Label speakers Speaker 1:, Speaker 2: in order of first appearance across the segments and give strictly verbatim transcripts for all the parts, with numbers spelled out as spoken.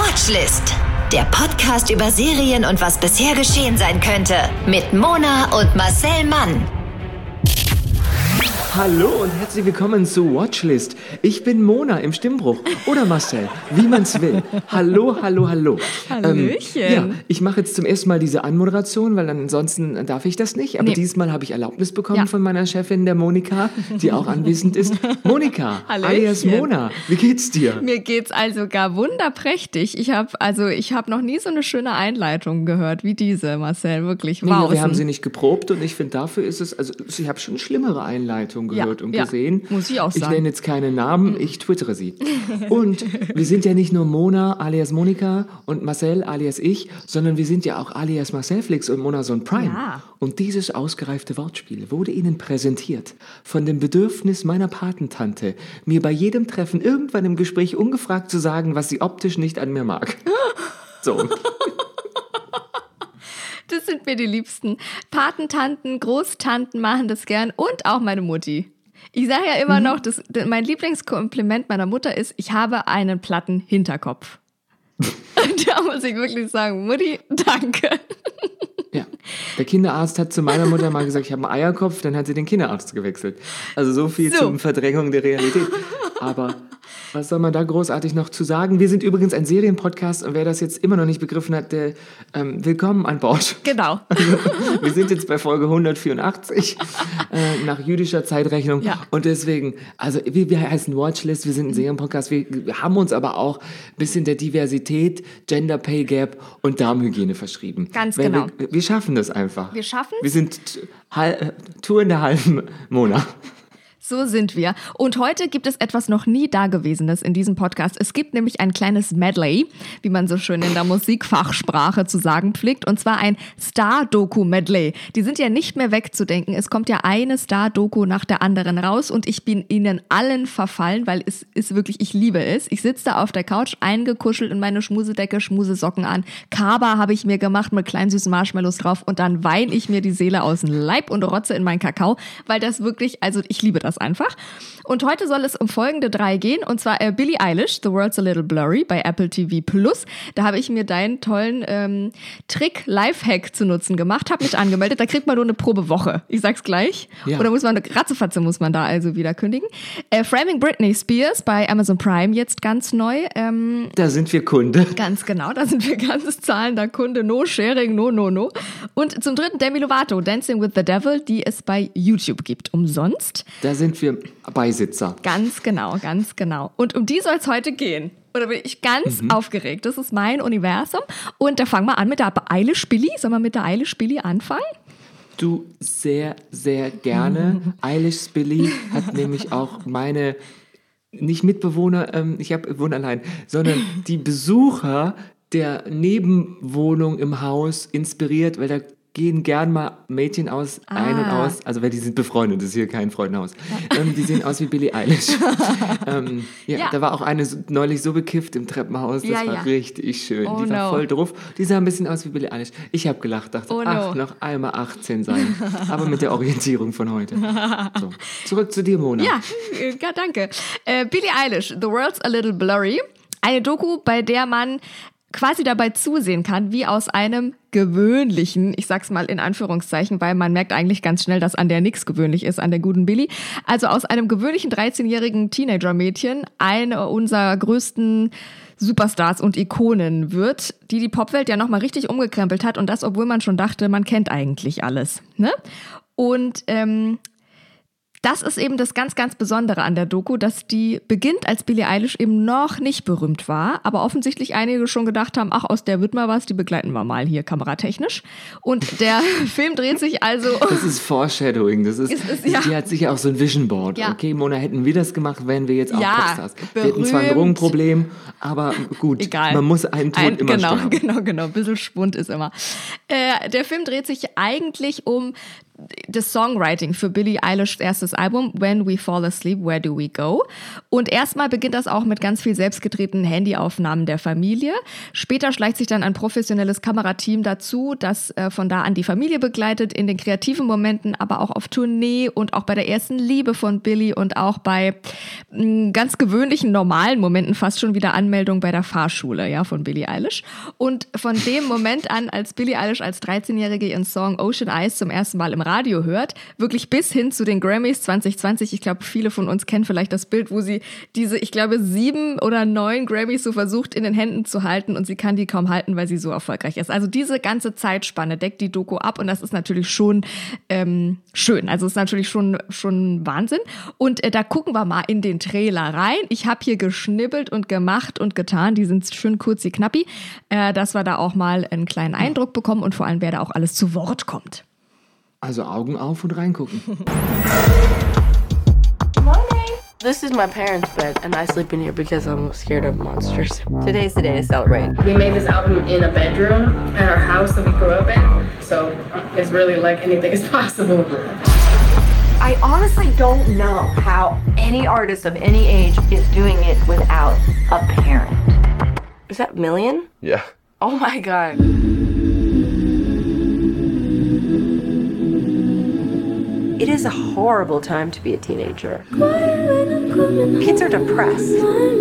Speaker 1: Watchlist. Der Podcast über Serien und was bisher geschehen sein könnte. Mit Mona und Marcel Mann.
Speaker 2: Hallo und herzlich willkommen zu Watchlist. Ich bin Mona im Stimmbruch oder Marcel, wie man's will. Hallo, hallo, hallo.
Speaker 3: Hallöchen.
Speaker 2: Ähm, ja, ich mache jetzt zum ersten Mal diese Anmoderation, weil ansonsten darf ich das nicht. Aber
Speaker 3: Nee.
Speaker 2: diesmal habe ich Erlaubnis bekommen
Speaker 3: Ja.
Speaker 2: von meiner Chefin, der Monika, die auch anwesend ist. Monika,
Speaker 3: Hallöchen.
Speaker 2: alias Mona, wie geht's dir?
Speaker 3: Mir geht's also gar wunderprächtig. Ich habe also ich habe noch nie so eine schöne Einleitung gehört wie diese, Marcel, wirklich.
Speaker 2: Nee,
Speaker 3: Wow.
Speaker 2: wir haben sie nicht geprobt und ich finde, dafür ist es, also ich habe schon schlimmere Einleitungen gehört
Speaker 3: Ja,
Speaker 2: und
Speaker 3: ja,
Speaker 2: gesehen.
Speaker 3: muss ich auch
Speaker 2: Ich
Speaker 3: sagen.
Speaker 2: nenne jetzt keine Namen, ich twittere sie. Und wir sind ja nicht nur Mona alias Monika und Marcel alias ich, sondern wir sind ja auch alias Marcelflix und Monason Prime.
Speaker 3: Ja.
Speaker 2: Und dieses ausgereifte Wortspiel wurde Ihnen präsentiert von dem Bedürfnis meiner Patentante, mir bei jedem Treffen irgendwann im Gespräch ungefragt zu sagen, was sie optisch nicht an mir mag. So.
Speaker 3: Das sind mir die Liebsten. Patentanten, Großtanten machen das gern und auch meine Mutti. Ich sage ja immer
Speaker 2: Mhm.
Speaker 3: noch, das, mein Lieblingskompliment meiner Mutter ist, ich habe einen platten Hinterkopf. Da muss ich wirklich sagen, Mutti, danke.
Speaker 2: Ja, der Kinderarzt hat zu meiner Mutter mal gesagt, ich habe einen Eierkopf, dann hat sie den Kinderarzt gewechselt. Also so viel
Speaker 3: So.
Speaker 2: zur Verdrängung der Realität. Aber was soll man da großartig noch zu sagen? Wir sind übrigens ein Serienpodcast und wer das jetzt immer noch nicht begriffen hat, der, ähm, willkommen an Bord.
Speaker 3: Genau.
Speaker 2: Wir sind jetzt bei Folge hundertvierundachtzig äh, nach jüdischer Zeitrechnung.
Speaker 3: Ja.
Speaker 2: Und deswegen, also wir, wir heißen Watchlist, wir sind ein Serienpodcast, wir, wir haben uns aber auch ein bisschen der Diversität, Gender Pay Gap und Darmhygiene verschrieben.
Speaker 3: Ganz
Speaker 2: Weil
Speaker 3: genau.
Speaker 2: Wir, wir schaffen das einfach.
Speaker 3: Wir schaffen's?
Speaker 2: Wir sind t- hal- Tour in der halben Monat.
Speaker 3: So sind wir. Und heute gibt es etwas noch nie Dagewesenes in diesem Podcast. Es gibt nämlich ein kleines Medley, wie man so schön in der Musikfachsprache zu sagen pflegt, und zwar ein Star-Doku-Medley. Die sind ja nicht mehr wegzudenken. Es kommt ja eine Star-Doku nach der anderen raus und ich bin ihnen allen verfallen, weil es ist wirklich, ich liebe es. Ich sitze da auf der Couch, eingekuschelt in meine Schmusedecke, Schmusesocken an. Kaba habe ich mir gemacht mit kleinen süßen Marshmallows drauf und dann weine ich mir die Seele aus dem Leib und rotze in meinen Kakao, weil das wirklich, also ich liebe das einfach. Und heute soll es um folgende drei gehen, und zwar äh, Billie Eilish, The World's a Little Blurry bei Apple T V Plus. Da habe ich mir deinen tollen ähm, Trick, Lifehack zu Nutzen gemacht, habe mich angemeldet. Da kriegt man nur eine Probewoche. Ich sag's gleich.
Speaker 2: Ja.
Speaker 3: Oder muss man, ratzefatze muss man da also wieder kündigen. Äh, Framing Britney Spears bei Amazon Prime jetzt ganz neu. Ähm,
Speaker 2: Da sind wir Kunde.
Speaker 3: Ganz genau, da sind wir ganz zahlender Kunde. No sharing, no, no, no. Und zum dritten Demi Lovato, Dancing with the Devil, die es bei YouTube gibt, umsonst.
Speaker 2: Da sind wir Beisitzer.
Speaker 3: Ganz genau, ganz genau. Und um die soll es heute gehen. Und da bin ich ganz
Speaker 2: Mhm.
Speaker 3: aufgeregt. Das ist mein Universum. Und da fangen wir an mit der Eilish Billie. Sollen wir mit der Eilish Billie anfangen?
Speaker 2: Du, sehr, sehr gerne. Eilish Billie hat nämlich auch meine, nicht Mitbewohner, ähm, ich hab, wohne allein, sondern die Besucher der Nebenwohnung im Haus inspiriert, weil da gehen gern mal Mädchen aus, ein und
Speaker 3: Ah.
Speaker 2: aus, also weil die sind befreundet, das ist hier kein Freudenhaus. Ähm, die sehen aus wie Billie Eilish. ähm, ja,
Speaker 3: Ja.
Speaker 2: da war auch eine so- neulich so bekifft im Treppenhaus, das
Speaker 3: Ja,
Speaker 2: war
Speaker 3: ja.
Speaker 2: richtig schön.
Speaker 3: Oh
Speaker 2: die war
Speaker 3: no.
Speaker 2: voll drauf. Die sah ein bisschen aus wie Billie Eilish. Ich habe gelacht, dachte,
Speaker 3: Oh
Speaker 2: ach,
Speaker 3: no.
Speaker 2: noch einmal achtzehn sein. Aber mit der Orientierung von heute. So, zurück zu dir, Mona.
Speaker 3: Ja, äh, ja danke. Äh, Billie Eilish, The World's a Little Blurry. Eine Doku, bei der man quasi dabei zusehen kann, wie aus einem gewöhnlichen, ich sag's mal in Anführungszeichen, weil man merkt eigentlich ganz schnell, dass an der nichts gewöhnlich ist, an der guten Billie. Also aus einem gewöhnlichen dreizehnjährigen Teenager-Mädchen eine unserer größten Superstars und Ikonen wird, die die Popwelt ja nochmal richtig umgekrempelt hat, und das, obwohl man schon dachte, man kennt eigentlich alles. Ne? Und ähm, das ist eben das ganz, ganz Besondere an der Doku, dass die beginnt, als Billie Eilish eben noch nicht berühmt war, aber offensichtlich einige schon gedacht haben, ach, aus der wird mal was, die begleiten wir mal hier kameratechnisch. Und der Film dreht sich also...
Speaker 2: Das ist Foreshadowing. Das ist,
Speaker 3: Es ist- ja.
Speaker 2: Die hat sicher auch so ein Vision Board.
Speaker 3: Ja.
Speaker 2: Okay, Mona, hätten wir das gemacht, wären wir jetzt auch
Speaker 3: Ja,
Speaker 2: Popstars. Wir hätten zwar ein
Speaker 3: berühmt.
Speaker 2: Drogenproblem, aber gut,
Speaker 3: Egal.
Speaker 2: man muss einen Tod
Speaker 3: Ein,
Speaker 2: immer
Speaker 3: genau,
Speaker 2: sterben.
Speaker 3: genau, genau. Ein bisschen Schwund ist immer. Äh, der Film dreht sich eigentlich um das Songwriting für Billie Eilishs erstes Album When We Fall Asleep, Where Do We Go? Und erstmal beginnt das auch mit ganz viel selbstgedrehten Handyaufnahmen der Familie. Später schleicht sich dann ein professionelles Kamerateam dazu, das äh, von da an die Familie begleitet, in den kreativen Momenten, aber auch auf Tournee und auch bei der ersten Liebe von Billie und auch bei mh, ganz gewöhnlichen, normalen Momenten, fast schon wieder Anmeldung bei der Fahrschule, ja, von Billie Eilish. Und von dem Moment an, als Billie Eilish als dreizehnjährige ihren Song Ocean Eyes zum ersten Mal im Radio hört, wirklich bis hin zu den Grammys zwanzig zwanzig. Ich glaube, viele von uns kennen vielleicht das Bild, wo sie diese, ich glaube, sieben oder neun Grammys so versucht in den Händen zu halten und sie kann die kaum halten, weil sie so erfolgreich ist. Also diese ganze Zeitspanne deckt die Doku ab und das ist natürlich schon ähm, schön. Also ist natürlich schon, schon Wahnsinn. Und äh, da gucken wir mal in den Trailer rein. Ich habe hier geschnibbelt und gemacht und getan. Die sind schön kurzi knappi, äh, dass wir da auch mal einen kleinen Eindruck bekommen und vor allem, wer da auch alles zu Wort kommt.
Speaker 2: Also Augen auf und reingucken.
Speaker 4: Morning. This is my parents' bed, and I sleep in here because I'm scared of monsters.
Speaker 5: Today's the day to celebrate.
Speaker 6: We made this album in a bedroom at our house that we grew up in, so it's really like anything is possible.
Speaker 5: I honestly don't know how any artist of any age is doing it without a parent.
Speaker 4: Is that Million?
Speaker 7: Yeah.
Speaker 4: Oh my god. It is a horrible time to be a teenager.
Speaker 5: Kids are depressed.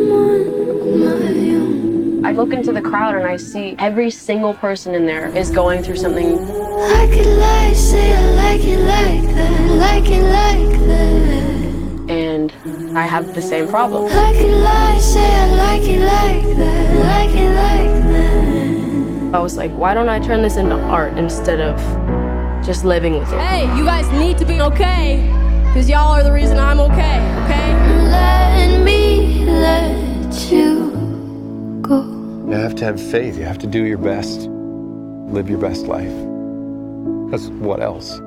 Speaker 4: I look into the crowd and I see every single person in there is going through something.
Speaker 8: I could lie, say I like it like that, like it like that.
Speaker 4: And I have the same problem.
Speaker 8: I could lie, say I like it like that, like it like that.
Speaker 4: I was like, why don't I turn this into art instead of just living with it?
Speaker 9: Hey, you guys need to be okay, because y'all are the reason I'm okay, okay?
Speaker 8: Let me let you go.
Speaker 7: You have to have faith. You have to do your best. Live your best life. Because what else?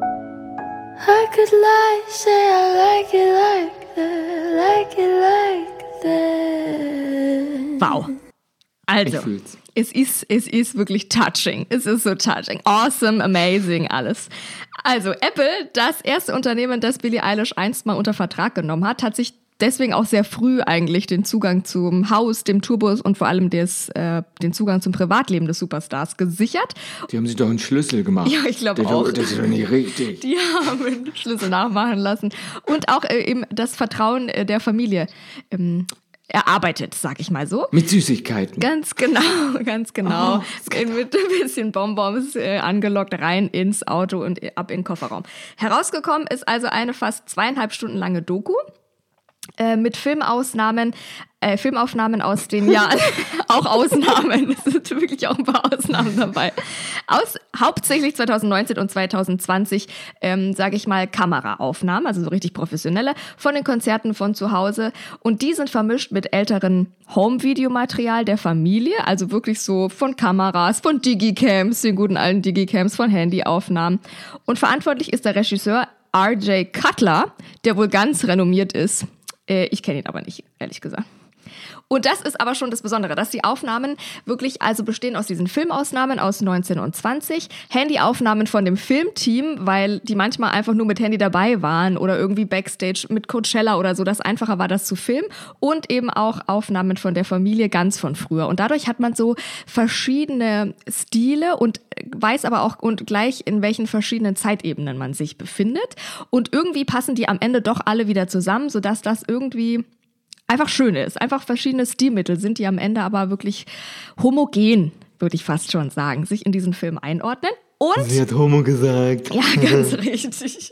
Speaker 8: I could lie, say I like it like that, like it like that.
Speaker 3: Wow. Also, es ist, es ist wirklich touching. Es ist so touching. Awesome, amazing, alles. Also, Apple, das erste Unternehmen, das Billie Eilish einst mal unter Vertrag genommen hat, hat sich deswegen auch sehr früh eigentlich den Zugang zum Haus, dem Tourbus und vor allem des, äh, den Zugang zum Privatleben des Superstars gesichert.
Speaker 2: Die haben sich doch einen Schlüssel gemacht.
Speaker 3: Ja, ich glaube auch.
Speaker 2: Das ist doch nicht richtig.
Speaker 3: Die haben einen Schlüssel nachmachen lassen. Und auch äh, eben das Vertrauen äh, der Familie ähm, erarbeitet, sag ich mal so.
Speaker 2: Mit Süßigkeiten.
Speaker 3: Ganz genau, ganz genau.
Speaker 2: Oh,
Speaker 3: mit ein bisschen Bonbons äh, angelockt rein ins Auto und ab in den Kofferraum. Herausgekommen ist also eine fast zweieinhalb Stunden lange Doku. Äh, mit Filmausnahmen, äh, Filmaufnahmen aus den Jahren, auch Ausnahmen, es sind wirklich auch ein paar Ausnahmen dabei, aus hauptsächlich zwanzig neunzehn und zwanzig zwanzig, ähm, sage ich mal, Kameraaufnahmen, also so richtig professionelle, von den Konzerten von zu Hause und die sind vermischt mit älteren Home-Videomaterial der Familie, also wirklich so von Kameras, von Digicams, den guten alten Digicams, von Handyaufnahmen und verantwortlich ist der Regisseur R J Cutler, der wohl ganz renommiert ist. Ich kenne ihn aber nicht, ehrlich gesagt. Und das ist aber schon das Besondere, dass die Aufnahmen wirklich also bestehen aus diesen Filmausnahmen aus neunzehn und zwanzig, Handyaufnahmen von dem Filmteam, weil die manchmal einfach nur mit Handy dabei waren oder irgendwie Backstage mit Coachella oder so, dass einfacher war, das zu filmen und eben auch Aufnahmen von der Familie ganz von früher. Und dadurch hat man so verschiedene Stile und weiß aber auch und gleich, in welchen verschiedenen Zeitebenen man sich befindet. Und irgendwie passen die am Ende doch alle wieder zusammen, sodass das irgendwie einfach schön ist. Einfach verschiedene Stilmittel sind, die am Ende aber wirklich homogen, würde ich fast schon sagen, sich in diesen Film einordnen. Und
Speaker 2: sie hat Homo gesagt.
Speaker 3: Ja, ganz richtig.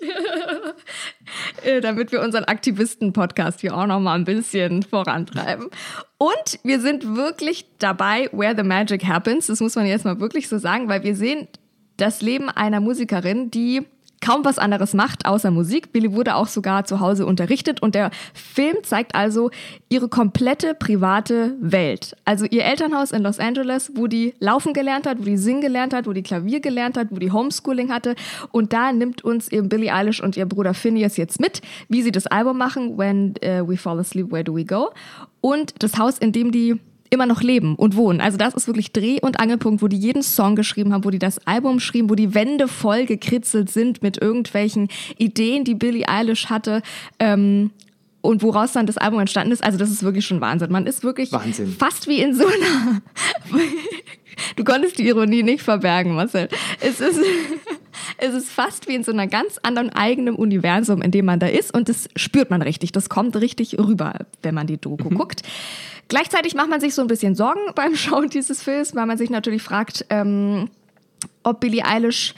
Speaker 3: Damit wir unseren Aktivisten-Podcast hier auch noch mal ein bisschen vorantreiben. Und wir sind wirklich dabei, where the magic happens. Das muss man jetzt mal wirklich so sagen, weil wir sehen das Leben einer Musikerin, die kaum was anderes macht außer Musik. Billie wurde auch sogar zu Hause unterrichtet und der Film zeigt also ihre komplette private Welt. Also ihr Elternhaus in Los Angeles, wo die laufen gelernt hat, wo die singen gelernt hat, wo die Klavier gelernt hat, wo die Homeschooling hatte und da nimmt uns eben Billie Eilish und ihr Bruder Phineas jetzt mit, wie sie das Album machen, When uh, We Fall Asleep, Where Do We Go? Und das Haus, in dem die immer noch leben und wohnen. Also das ist wirklich Dreh- und Angelpunkt, wo die jeden Song geschrieben haben, wo die das Album schrieben, wo die Wände voll gekritzelt sind mit irgendwelchen Ideen, die Billie Eilish hatte, ähm, und woraus dann das Album entstanden ist. Also das ist wirklich schon Wahnsinn. Man ist wirklich
Speaker 2: Wahnsinn.
Speaker 3: fast wie in so einer... Du konntest die Ironie nicht verbergen, Marcel. Es ist, es ist fast wie in so einer ganz anderen eigenen Universum, in dem man da ist. Und das spürt man richtig. Das kommt richtig rüber, wenn man die Doku mhm. guckt. Gleichzeitig macht man sich so ein bisschen Sorgen beim Schauen dieses Films, weil man sich natürlich fragt, ähm, ob Billie Eilish...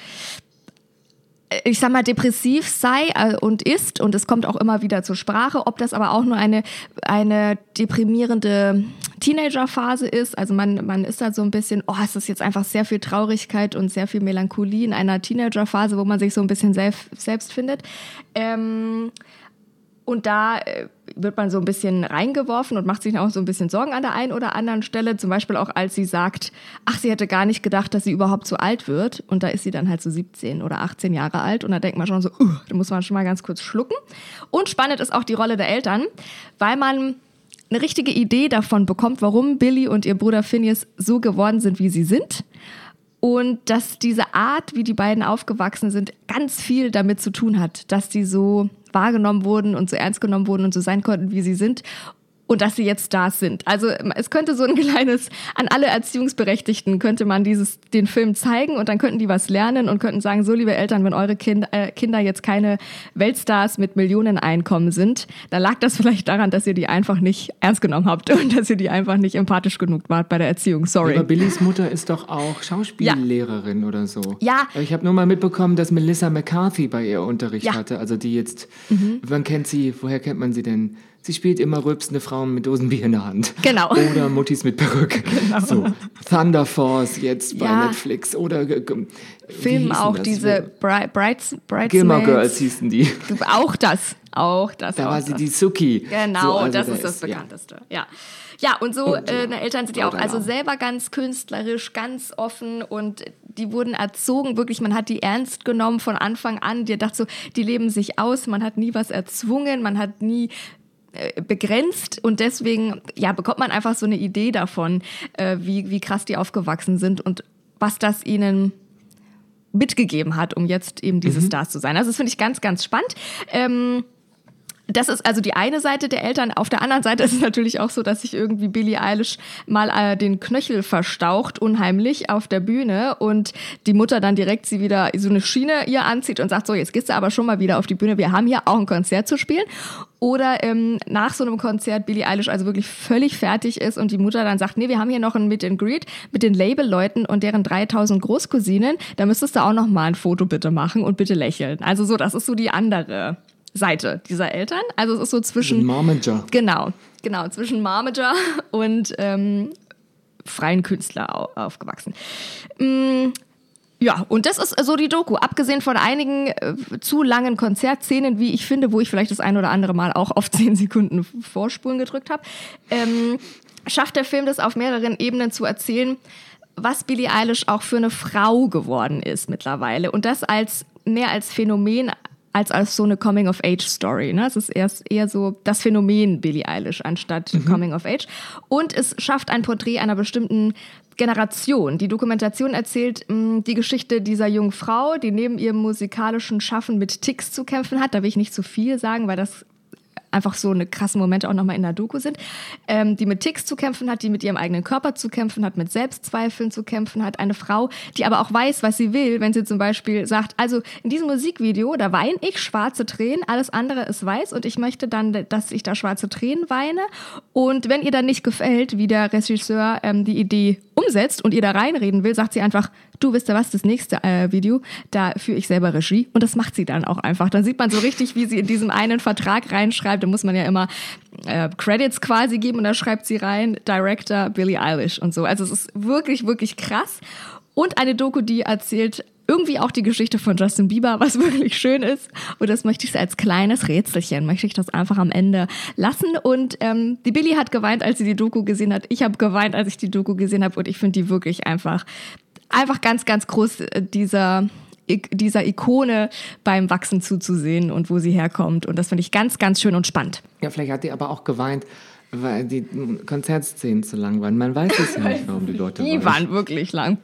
Speaker 3: ich sag mal, depressiv sei und ist, und es kommt auch immer wieder zur Sprache, ob das aber auch nur eine, eine deprimierende Teenagerphase ist. Also man, man ist da so ein bisschen, oh, es ist jetzt einfach sehr viel Traurigkeit und sehr viel Melancholie in einer Teenagerphase, wo man sich so ein bisschen selbst, selbst findet. Ähm, und da wird man so ein bisschen reingeworfen und macht sich auch so ein bisschen Sorgen an der einen oder anderen Stelle. Zum Beispiel auch, als sie sagt, ach, sie hätte gar nicht gedacht, dass sie überhaupt so alt wird. Und da ist sie dann halt so siebzehn oder achtzehn Jahre alt. Und da denkt man schon so, uh, da muss man schon mal ganz kurz schlucken. Und spannend ist auch die Rolle der Eltern, weil man eine richtige Idee davon bekommt, warum Billie und ihr Bruder Phineas so geworden sind, wie sie sind. Und dass diese Art, wie die beiden aufgewachsen sind, ganz viel damit zu tun hat, dass die so wahrgenommen wurden und so ernst genommen wurden und so sein konnten, wie sie sind. Und dass sie jetzt Stars sind. Also es könnte so ein kleines, an alle Erziehungsberechtigten könnte man dieses, den Film zeigen und dann könnten die was lernen und könnten sagen, so liebe Eltern, wenn eure kind, äh, Kinder jetzt keine Weltstars mit Millioneneinkommen sind, dann lag das vielleicht daran, dass ihr die einfach nicht ernst genommen habt und dass ihr die einfach nicht empathisch genug wart bei der Erziehung. Sorry.
Speaker 2: Aber Billies Mutter ist doch auch Schauspiellehrerin ja. oder so.
Speaker 3: Ja.
Speaker 2: Ich habe nur mal mitbekommen, dass Melissa McCarthy bei ihr Unterricht
Speaker 3: ja.
Speaker 2: hatte. Also die jetzt,
Speaker 3: mhm.
Speaker 2: man kennt sie, woher kennt man sie denn? Sie spielt immer rülpsende Frauen mit Dosenbier in der Hand.
Speaker 3: Genau.
Speaker 2: Oder Muttis mit Perücke. Genau. So, Thunder Force jetzt bei
Speaker 3: ja.
Speaker 2: Netflix. Oder äh,
Speaker 3: Filmen auch das? diese Bri- Brides, Bridesmaids.
Speaker 2: Gilmore Girls hießen die.
Speaker 3: Auch das. Auch das.
Speaker 2: Da
Speaker 3: auch
Speaker 2: war
Speaker 3: das.
Speaker 2: sie die Suki.
Speaker 3: Genau,
Speaker 2: so, also
Speaker 3: das
Speaker 2: da
Speaker 3: ist das
Speaker 2: ist,
Speaker 3: Bekannteste. Ja. Ja, und so
Speaker 2: und,
Speaker 3: äh, Eltern sind ja auch also
Speaker 2: genau.
Speaker 3: selber ganz künstlerisch, ganz offen und die wurden erzogen, wirklich, man hat die ernst genommen von Anfang an. Die dachte so, die leben sich aus, man hat nie was erzwungen, man hat nie begrenzt und deswegen ja, bekommt man einfach so eine Idee davon, äh, wie, wie krass die aufgewachsen sind und was das ihnen mitgegeben hat, um jetzt eben diese mhm. Stars zu sein. Also das finde ich ganz, ganz spannend. Ähm, Das ist also die eine Seite der Eltern. Auf der anderen Seite ist es natürlich auch so, dass sich irgendwie Billie Eilish mal äh, den Knöchel verstaucht, unheimlich, auf der Bühne und die Mutter dann direkt sie wieder so eine Schiene ihr anzieht und sagt, so, jetzt gehst du aber schon mal wieder auf die Bühne, wir haben hier auch ein Konzert zu spielen. Oder ähm, nach so einem Konzert Billie Eilish also wirklich völlig fertig ist und die Mutter dann sagt, nee, wir haben hier noch ein Meet and Greet mit den Label-Leuten und deren dreitausend Großcousinen, da müsstest du auch noch mal ein Foto bitte machen und bitte lächeln. Also so, das ist so die andere Seite dieser Eltern. Also es ist so zwischen...
Speaker 2: Momager.
Speaker 3: Genau, genau, zwischen Momager und ähm, freien Künstler au- aufgewachsen. Mm, ja, und das ist so die Doku. Abgesehen von einigen äh, zu langen Konzertszenen, wie ich finde, wo ich vielleicht das ein oder andere Mal auch auf zehn Sekunden Vorspulen gedrückt habe, ähm, schafft der Film das auf mehreren Ebenen zu erzählen, was Billie Eilish auch für eine Frau geworden ist mittlerweile. Und das als mehr als Phänomen als als so eine Coming-of-Age-Story. Ne? Es ist erst eher so das Phänomen Billie Eilish anstatt mhm. Coming-of-Age. Und es schafft ein Porträt einer bestimmten Generation. Die Dokumentation erzählt mh, die Geschichte dieser jungen Frau, die neben ihrem musikalischen Schaffen mit Tics zu kämpfen hat. Da will ich nicht zu viel sagen, weil das einfach so eine krasse Momente auch nochmal in der Doku sind, ähm, die mit Tics zu kämpfen hat, die mit ihrem eigenen Körper zu kämpfen hat, mit Selbstzweifeln zu kämpfen hat. Eine Frau, die aber auch weiß, was sie will, wenn sie zum Beispiel sagt, also in diesem Musikvideo, da weine ich schwarze Tränen, alles andere ist weiß und ich möchte dann, dass ich da schwarze Tränen weine. Und wenn ihr dann nicht gefällt, wie der Regisseur ähm, die Idee umsetzt und ihr da reinreden will, sagt sie einfach, du, wisst ihr was, das nächste äh, Video, da führe ich selber Regie. Und das macht sie dann auch einfach. Dann sieht man so richtig, wie sie in diesem einen Vertrag reinschreibt. Da muss man ja immer äh, Credits quasi geben und da schreibt sie rein, Director Billie Eilish und so. Also es ist wirklich, wirklich krass. Und eine Doku, die erzählt irgendwie auch die Geschichte von Justin Bieber, was wirklich schön ist. Und das möchte ich als kleines Rätselchen, möchte ich das einfach am Ende lassen. Und ähm, die Billie hat geweint, als sie die Doku gesehen hat. Ich habe geweint, als ich die Doku gesehen habe. Und ich finde die wirklich einfach, einfach ganz, ganz groß, dieser dieser Ikone beim Wachsen zuzusehen und wo sie herkommt. Und das finde ich ganz, ganz schön und spannend.
Speaker 2: Ja, vielleicht hat die aber auch geweint, weil die Konzertszenen zu lang waren. Man weiß es ja nicht, warum die Leute
Speaker 3: Die
Speaker 2: weinen.
Speaker 3: waren wirklich lang.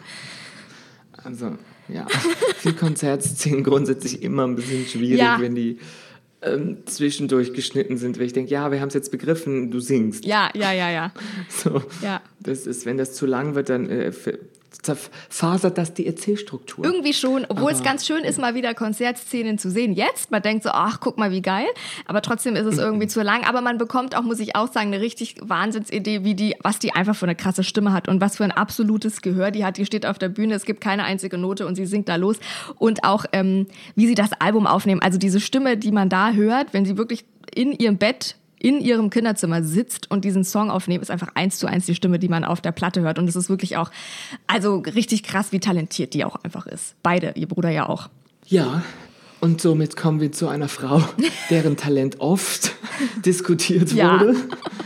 Speaker 2: Also, ja, die Konzertszenen grundsätzlich immer ein bisschen schwierig,
Speaker 3: Ja.
Speaker 2: wenn die ähm, zwischendurch geschnitten sind, weil ich denke, ja, wir haben es jetzt begriffen, du singst.
Speaker 3: Ja, ja, ja, ja.
Speaker 2: So,
Speaker 3: Ja.
Speaker 2: das ist, wenn das zu lang wird, dann äh, zerfasert das die Erzählstruktur.
Speaker 3: Irgendwie schon, obwohl es
Speaker 2: Aber-
Speaker 3: ganz schön ist, mal wieder Konzertszenen zu sehen. Jetzt, man denkt so, ach, guck mal, wie geil. Aber trotzdem ist es irgendwie zu lang. Aber man bekommt auch, muss ich auch sagen, eine richtig Wahnsinnsidee, wie die, was die einfach für eine krasse Stimme hat und was für ein absolutes Gehör die hat. Die steht auf der Bühne, es gibt keine einzige Note und sie singt da los. Und auch, ähm, wie sie das Album aufnehmen. Also diese Stimme, die man da hört, wenn sie wirklich in ihrem Bett in ihrem Kinderzimmer sitzt und diesen Song aufnehmen, ist einfach eins zu eins die Stimme, die man auf der Platte hört. Und es ist wirklich auch, also richtig krass, wie talentiert die auch einfach ist. Beide, ihr Bruder ja auch.
Speaker 2: Ja, und somit kommen wir zu einer Frau, deren Talent oft diskutiert
Speaker 3: Ja.
Speaker 2: wurde.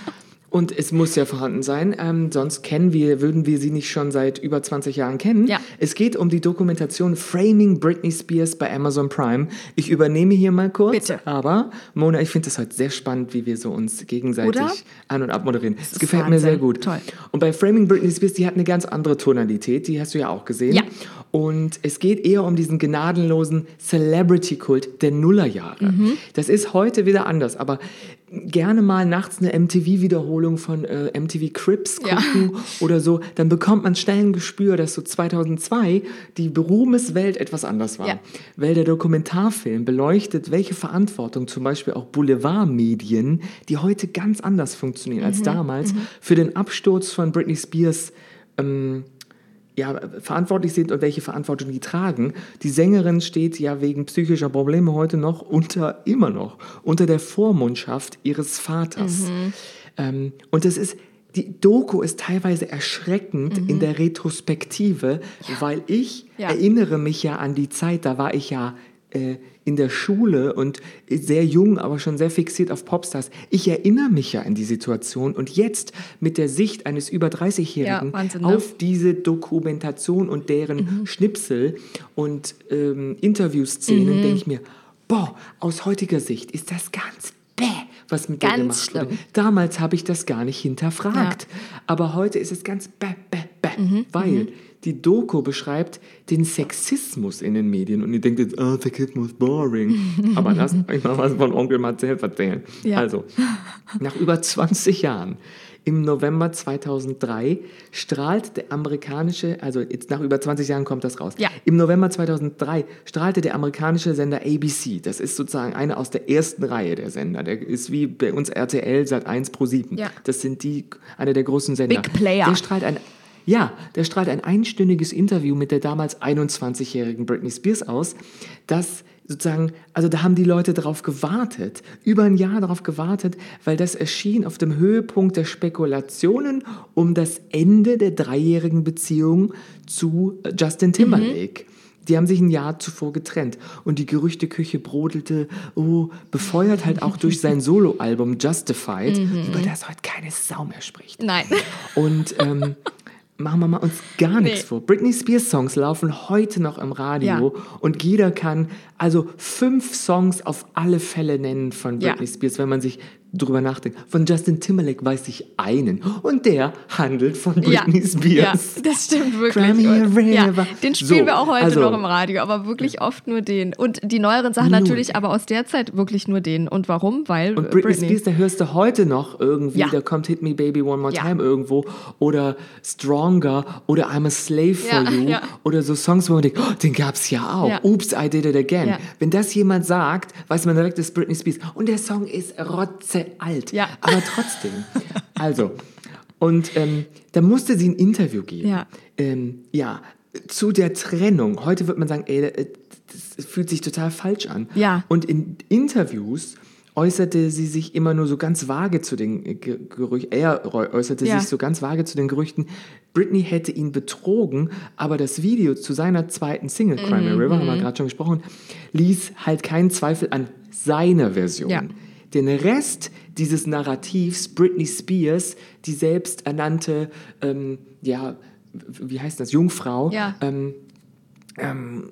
Speaker 2: Und es muss ja vorhanden sein, ähm, sonst kennen wir, würden wir sie nicht schon seit über zwanzig Jahren kennen.
Speaker 3: Ja.
Speaker 2: Es geht um die Dokumentation Framing Britney Spears bei Amazon Prime. Ich übernehme hier mal kurz,
Speaker 3: Bitte.
Speaker 2: aber Mona, ich finde das heute sehr spannend, wie wir so uns gegenseitig
Speaker 3: Oder?
Speaker 2: an- und abmoderieren. Das
Speaker 3: ist
Speaker 2: gefällt mir
Speaker 3: Wahnsinn.
Speaker 2: sehr gut.
Speaker 3: Toll.
Speaker 2: Und bei Framing Britney Spears, die hat eine ganz andere Tonalität, die hast du ja auch gesehen.
Speaker 3: Ja.
Speaker 2: Und es geht eher um diesen gnadenlosen Celebrity-Kult der Nullerjahre. Das ist heute wieder anders, aber gerne mal nachts eine M T V-Wiederholung von äh, M T V Cribs
Speaker 3: Ja.
Speaker 2: gucken oder so, dann bekommt man schnell ein Gespür, dass so zweitausendzwei die Ruhmeswelt etwas anders war.
Speaker 3: Ja.
Speaker 2: Weil der Dokumentarfilm beleuchtet, welche Verantwortung zum Beispiel auch Boulevardmedien, die heute ganz anders funktionieren als damals, für den Absturz von Britney Spears ähm, ja, verantwortlich sind und welche Verantwortung die tragen. Die Sängerin steht ja wegen psychischer Probleme heute noch unter, immer noch, unter der Vormundschaft ihres Vaters. Ähm, und das ist, die Doku ist teilweise erschreckend in der Retrospektive, weil ich
Speaker 3: Ja.
Speaker 2: erinnere mich ja an die Zeit, da war ich ja äh, in der Schule und sehr jung, aber schon sehr fixiert auf Popstars. Ich erinnere mich ja an die Situation und jetzt mit der Sicht eines über dreißigjährigen
Speaker 3: Ja, Wahnsinn, ne?
Speaker 2: auf diese Dokumentation und deren Schnipsel und ähm, Interviewszenen denke ich mir, boah, aus heutiger Sicht ist das ganz bäh, was mit der
Speaker 3: Ganz
Speaker 2: gemacht wurde.
Speaker 3: schlimm.
Speaker 2: Damals habe ich das gar nicht hinterfragt, aber heute ist es ganz bäh, bäh, bäh, weil die Doku beschreibt den Sexismus in den Medien und ihr denkt jetzt, oh, Sexismus boring. Aber lasst euch mal was von Onkel Marcel erzählen.
Speaker 3: Ja.
Speaker 2: Also, nach über zwanzig Jahren, im November zweitausenddrei, strahlt der amerikanische, also jetzt nach über zwanzig Jahren kommt das raus,
Speaker 3: Ja.
Speaker 2: im November zweitausenddrei strahlte der amerikanische Sender A B C, das ist sozusagen einer aus der ersten Reihe der Sender, der ist wie bei uns R T L, Sat eins, ProSieben.
Speaker 3: Ja.
Speaker 2: Das sind die, einer der großen Sender.
Speaker 3: Big Player.
Speaker 2: Der strahlt ein Ja, der strahlt ein einstündiges Interview mit der damals einundzwanzigjährigen Britney Spears aus, das sozusagen, also da haben die Leute darauf gewartet, über ein Jahr darauf gewartet, weil das erschien auf dem Höhepunkt der Spekulationen um das Ende der dreijährigen Beziehung zu Justin Timberlake. Die haben sich ein Jahr zuvor getrennt und die Gerüchteküche brodelte, oh, befeuert halt auch durch sein Soloalbum Justified, über das heute keine Sau mehr spricht.
Speaker 3: Nein.
Speaker 2: Und ähm, machen wir mal uns gar nichts
Speaker 3: Nee.
Speaker 2: vor. Britney Spears Songs laufen heute noch im Radio
Speaker 3: Ja.
Speaker 2: und jeder kann also fünf Songs auf alle Fälle nennen von
Speaker 3: Ja.
Speaker 2: Britney Spears, wenn man sich drüber nachdenkt. Von Justin Timberlake weiß ich einen und der handelt von Britney
Speaker 3: ja.
Speaker 2: Spears.
Speaker 3: Ja, das stimmt wirklich.
Speaker 2: Cry me a
Speaker 3: Und-
Speaker 2: river.
Speaker 3: ja, den spielen
Speaker 2: So,
Speaker 3: wir auch heute
Speaker 2: also-
Speaker 3: noch im Radio, aber wirklich oft nur den. Und die neueren Sachen
Speaker 2: Nur
Speaker 3: natürlich,
Speaker 2: den.
Speaker 3: aber aus der Zeit wirklich nur den. Und warum? Weil
Speaker 2: Und
Speaker 3: äh,
Speaker 2: Britney,
Speaker 3: Britney.
Speaker 2: Spears, da hörst du heute noch irgendwie,
Speaker 3: Ja.
Speaker 2: da kommt Hit Me Baby One More
Speaker 3: Ja.
Speaker 2: Time irgendwo oder Stronger oder I'm a Slave for
Speaker 3: Ja,
Speaker 2: You
Speaker 3: ja.
Speaker 2: oder so Songs, wo man denkt, oh, den gab's ja auch.
Speaker 3: Ja.
Speaker 2: Oops, I did it again.
Speaker 3: Ja.
Speaker 2: Wenn das jemand sagt, weiß man direkt, das ist Britney Spears. Und der Song ist rotzealt.
Speaker 3: Ja.
Speaker 2: Aber trotzdem. Also, und ähm, da musste sie ein Interview geben.
Speaker 3: Ja.
Speaker 2: Ähm, ja, zu der Trennung. Heute wird man sagen, ey, äh, das fühlt sich total falsch an.
Speaker 3: Ja.
Speaker 2: Und in Interviews äußerte sie sich immer nur so ganz vage zu den äh, Ge- Gerüchten, er äu- äußerte
Speaker 3: Ja.
Speaker 2: sich so ganz vage zu den Gerüchten, Britney hätte ihn betrogen, aber das Video zu seiner zweiten Single, Cry Me a River, haben wir gerade schon gesprochen, ließ halt keinen Zweifel an seiner Version.
Speaker 3: Ja.
Speaker 2: Den Rest dieses Narrativs, Britney Spears, die selbsternannte, ähm, ja, wie heißt das, Jungfrau,
Speaker 3: Ja.
Speaker 2: ähm, ähm,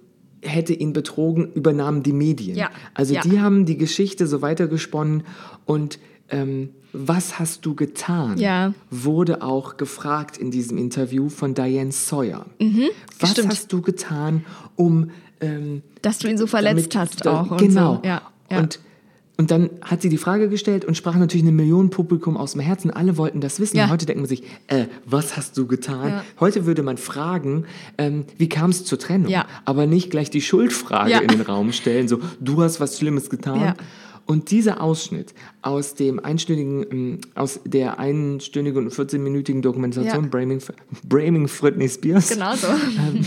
Speaker 2: hätte ihn betrogen, übernahmen die Medien.
Speaker 3: Ja.
Speaker 2: Also
Speaker 3: ja.
Speaker 2: die haben die Geschichte so weitergesponnen und ähm, was hast du getan,
Speaker 3: ja.
Speaker 2: wurde auch gefragt in diesem Interview von Diane Sawyer.
Speaker 3: Mhm,
Speaker 2: was
Speaker 3: stimmt.
Speaker 2: hast du getan, um... Ähm,
Speaker 3: dass du ihn so verletzt
Speaker 2: damit,
Speaker 3: hast
Speaker 2: da,
Speaker 3: auch. Und
Speaker 2: genau.
Speaker 3: So. Ja, ja.
Speaker 2: Und, und dann hat sie die Frage gestellt und sprach natürlich einem Millionenpublikum aus dem Herzen. Alle wollten das wissen.
Speaker 3: Ja.
Speaker 2: Und heute denkt man sich, äh, was hast du getan?
Speaker 3: Ja.
Speaker 2: Heute würde man fragen, ähm, wie kam es zur Trennung?
Speaker 3: Ja.
Speaker 2: Aber nicht gleich die Schuldfrage
Speaker 3: Ja.
Speaker 2: in den Raum stellen, so, du hast was Schlimmes getan.
Speaker 3: Ja.
Speaker 2: Und dieser Ausschnitt aus dem einstündigen, ähm, aus der einstündigen und vierzehnminütigen Dokumentation
Speaker 3: Ja.
Speaker 2: Braming, Braming Britney Spears.
Speaker 3: Genau so.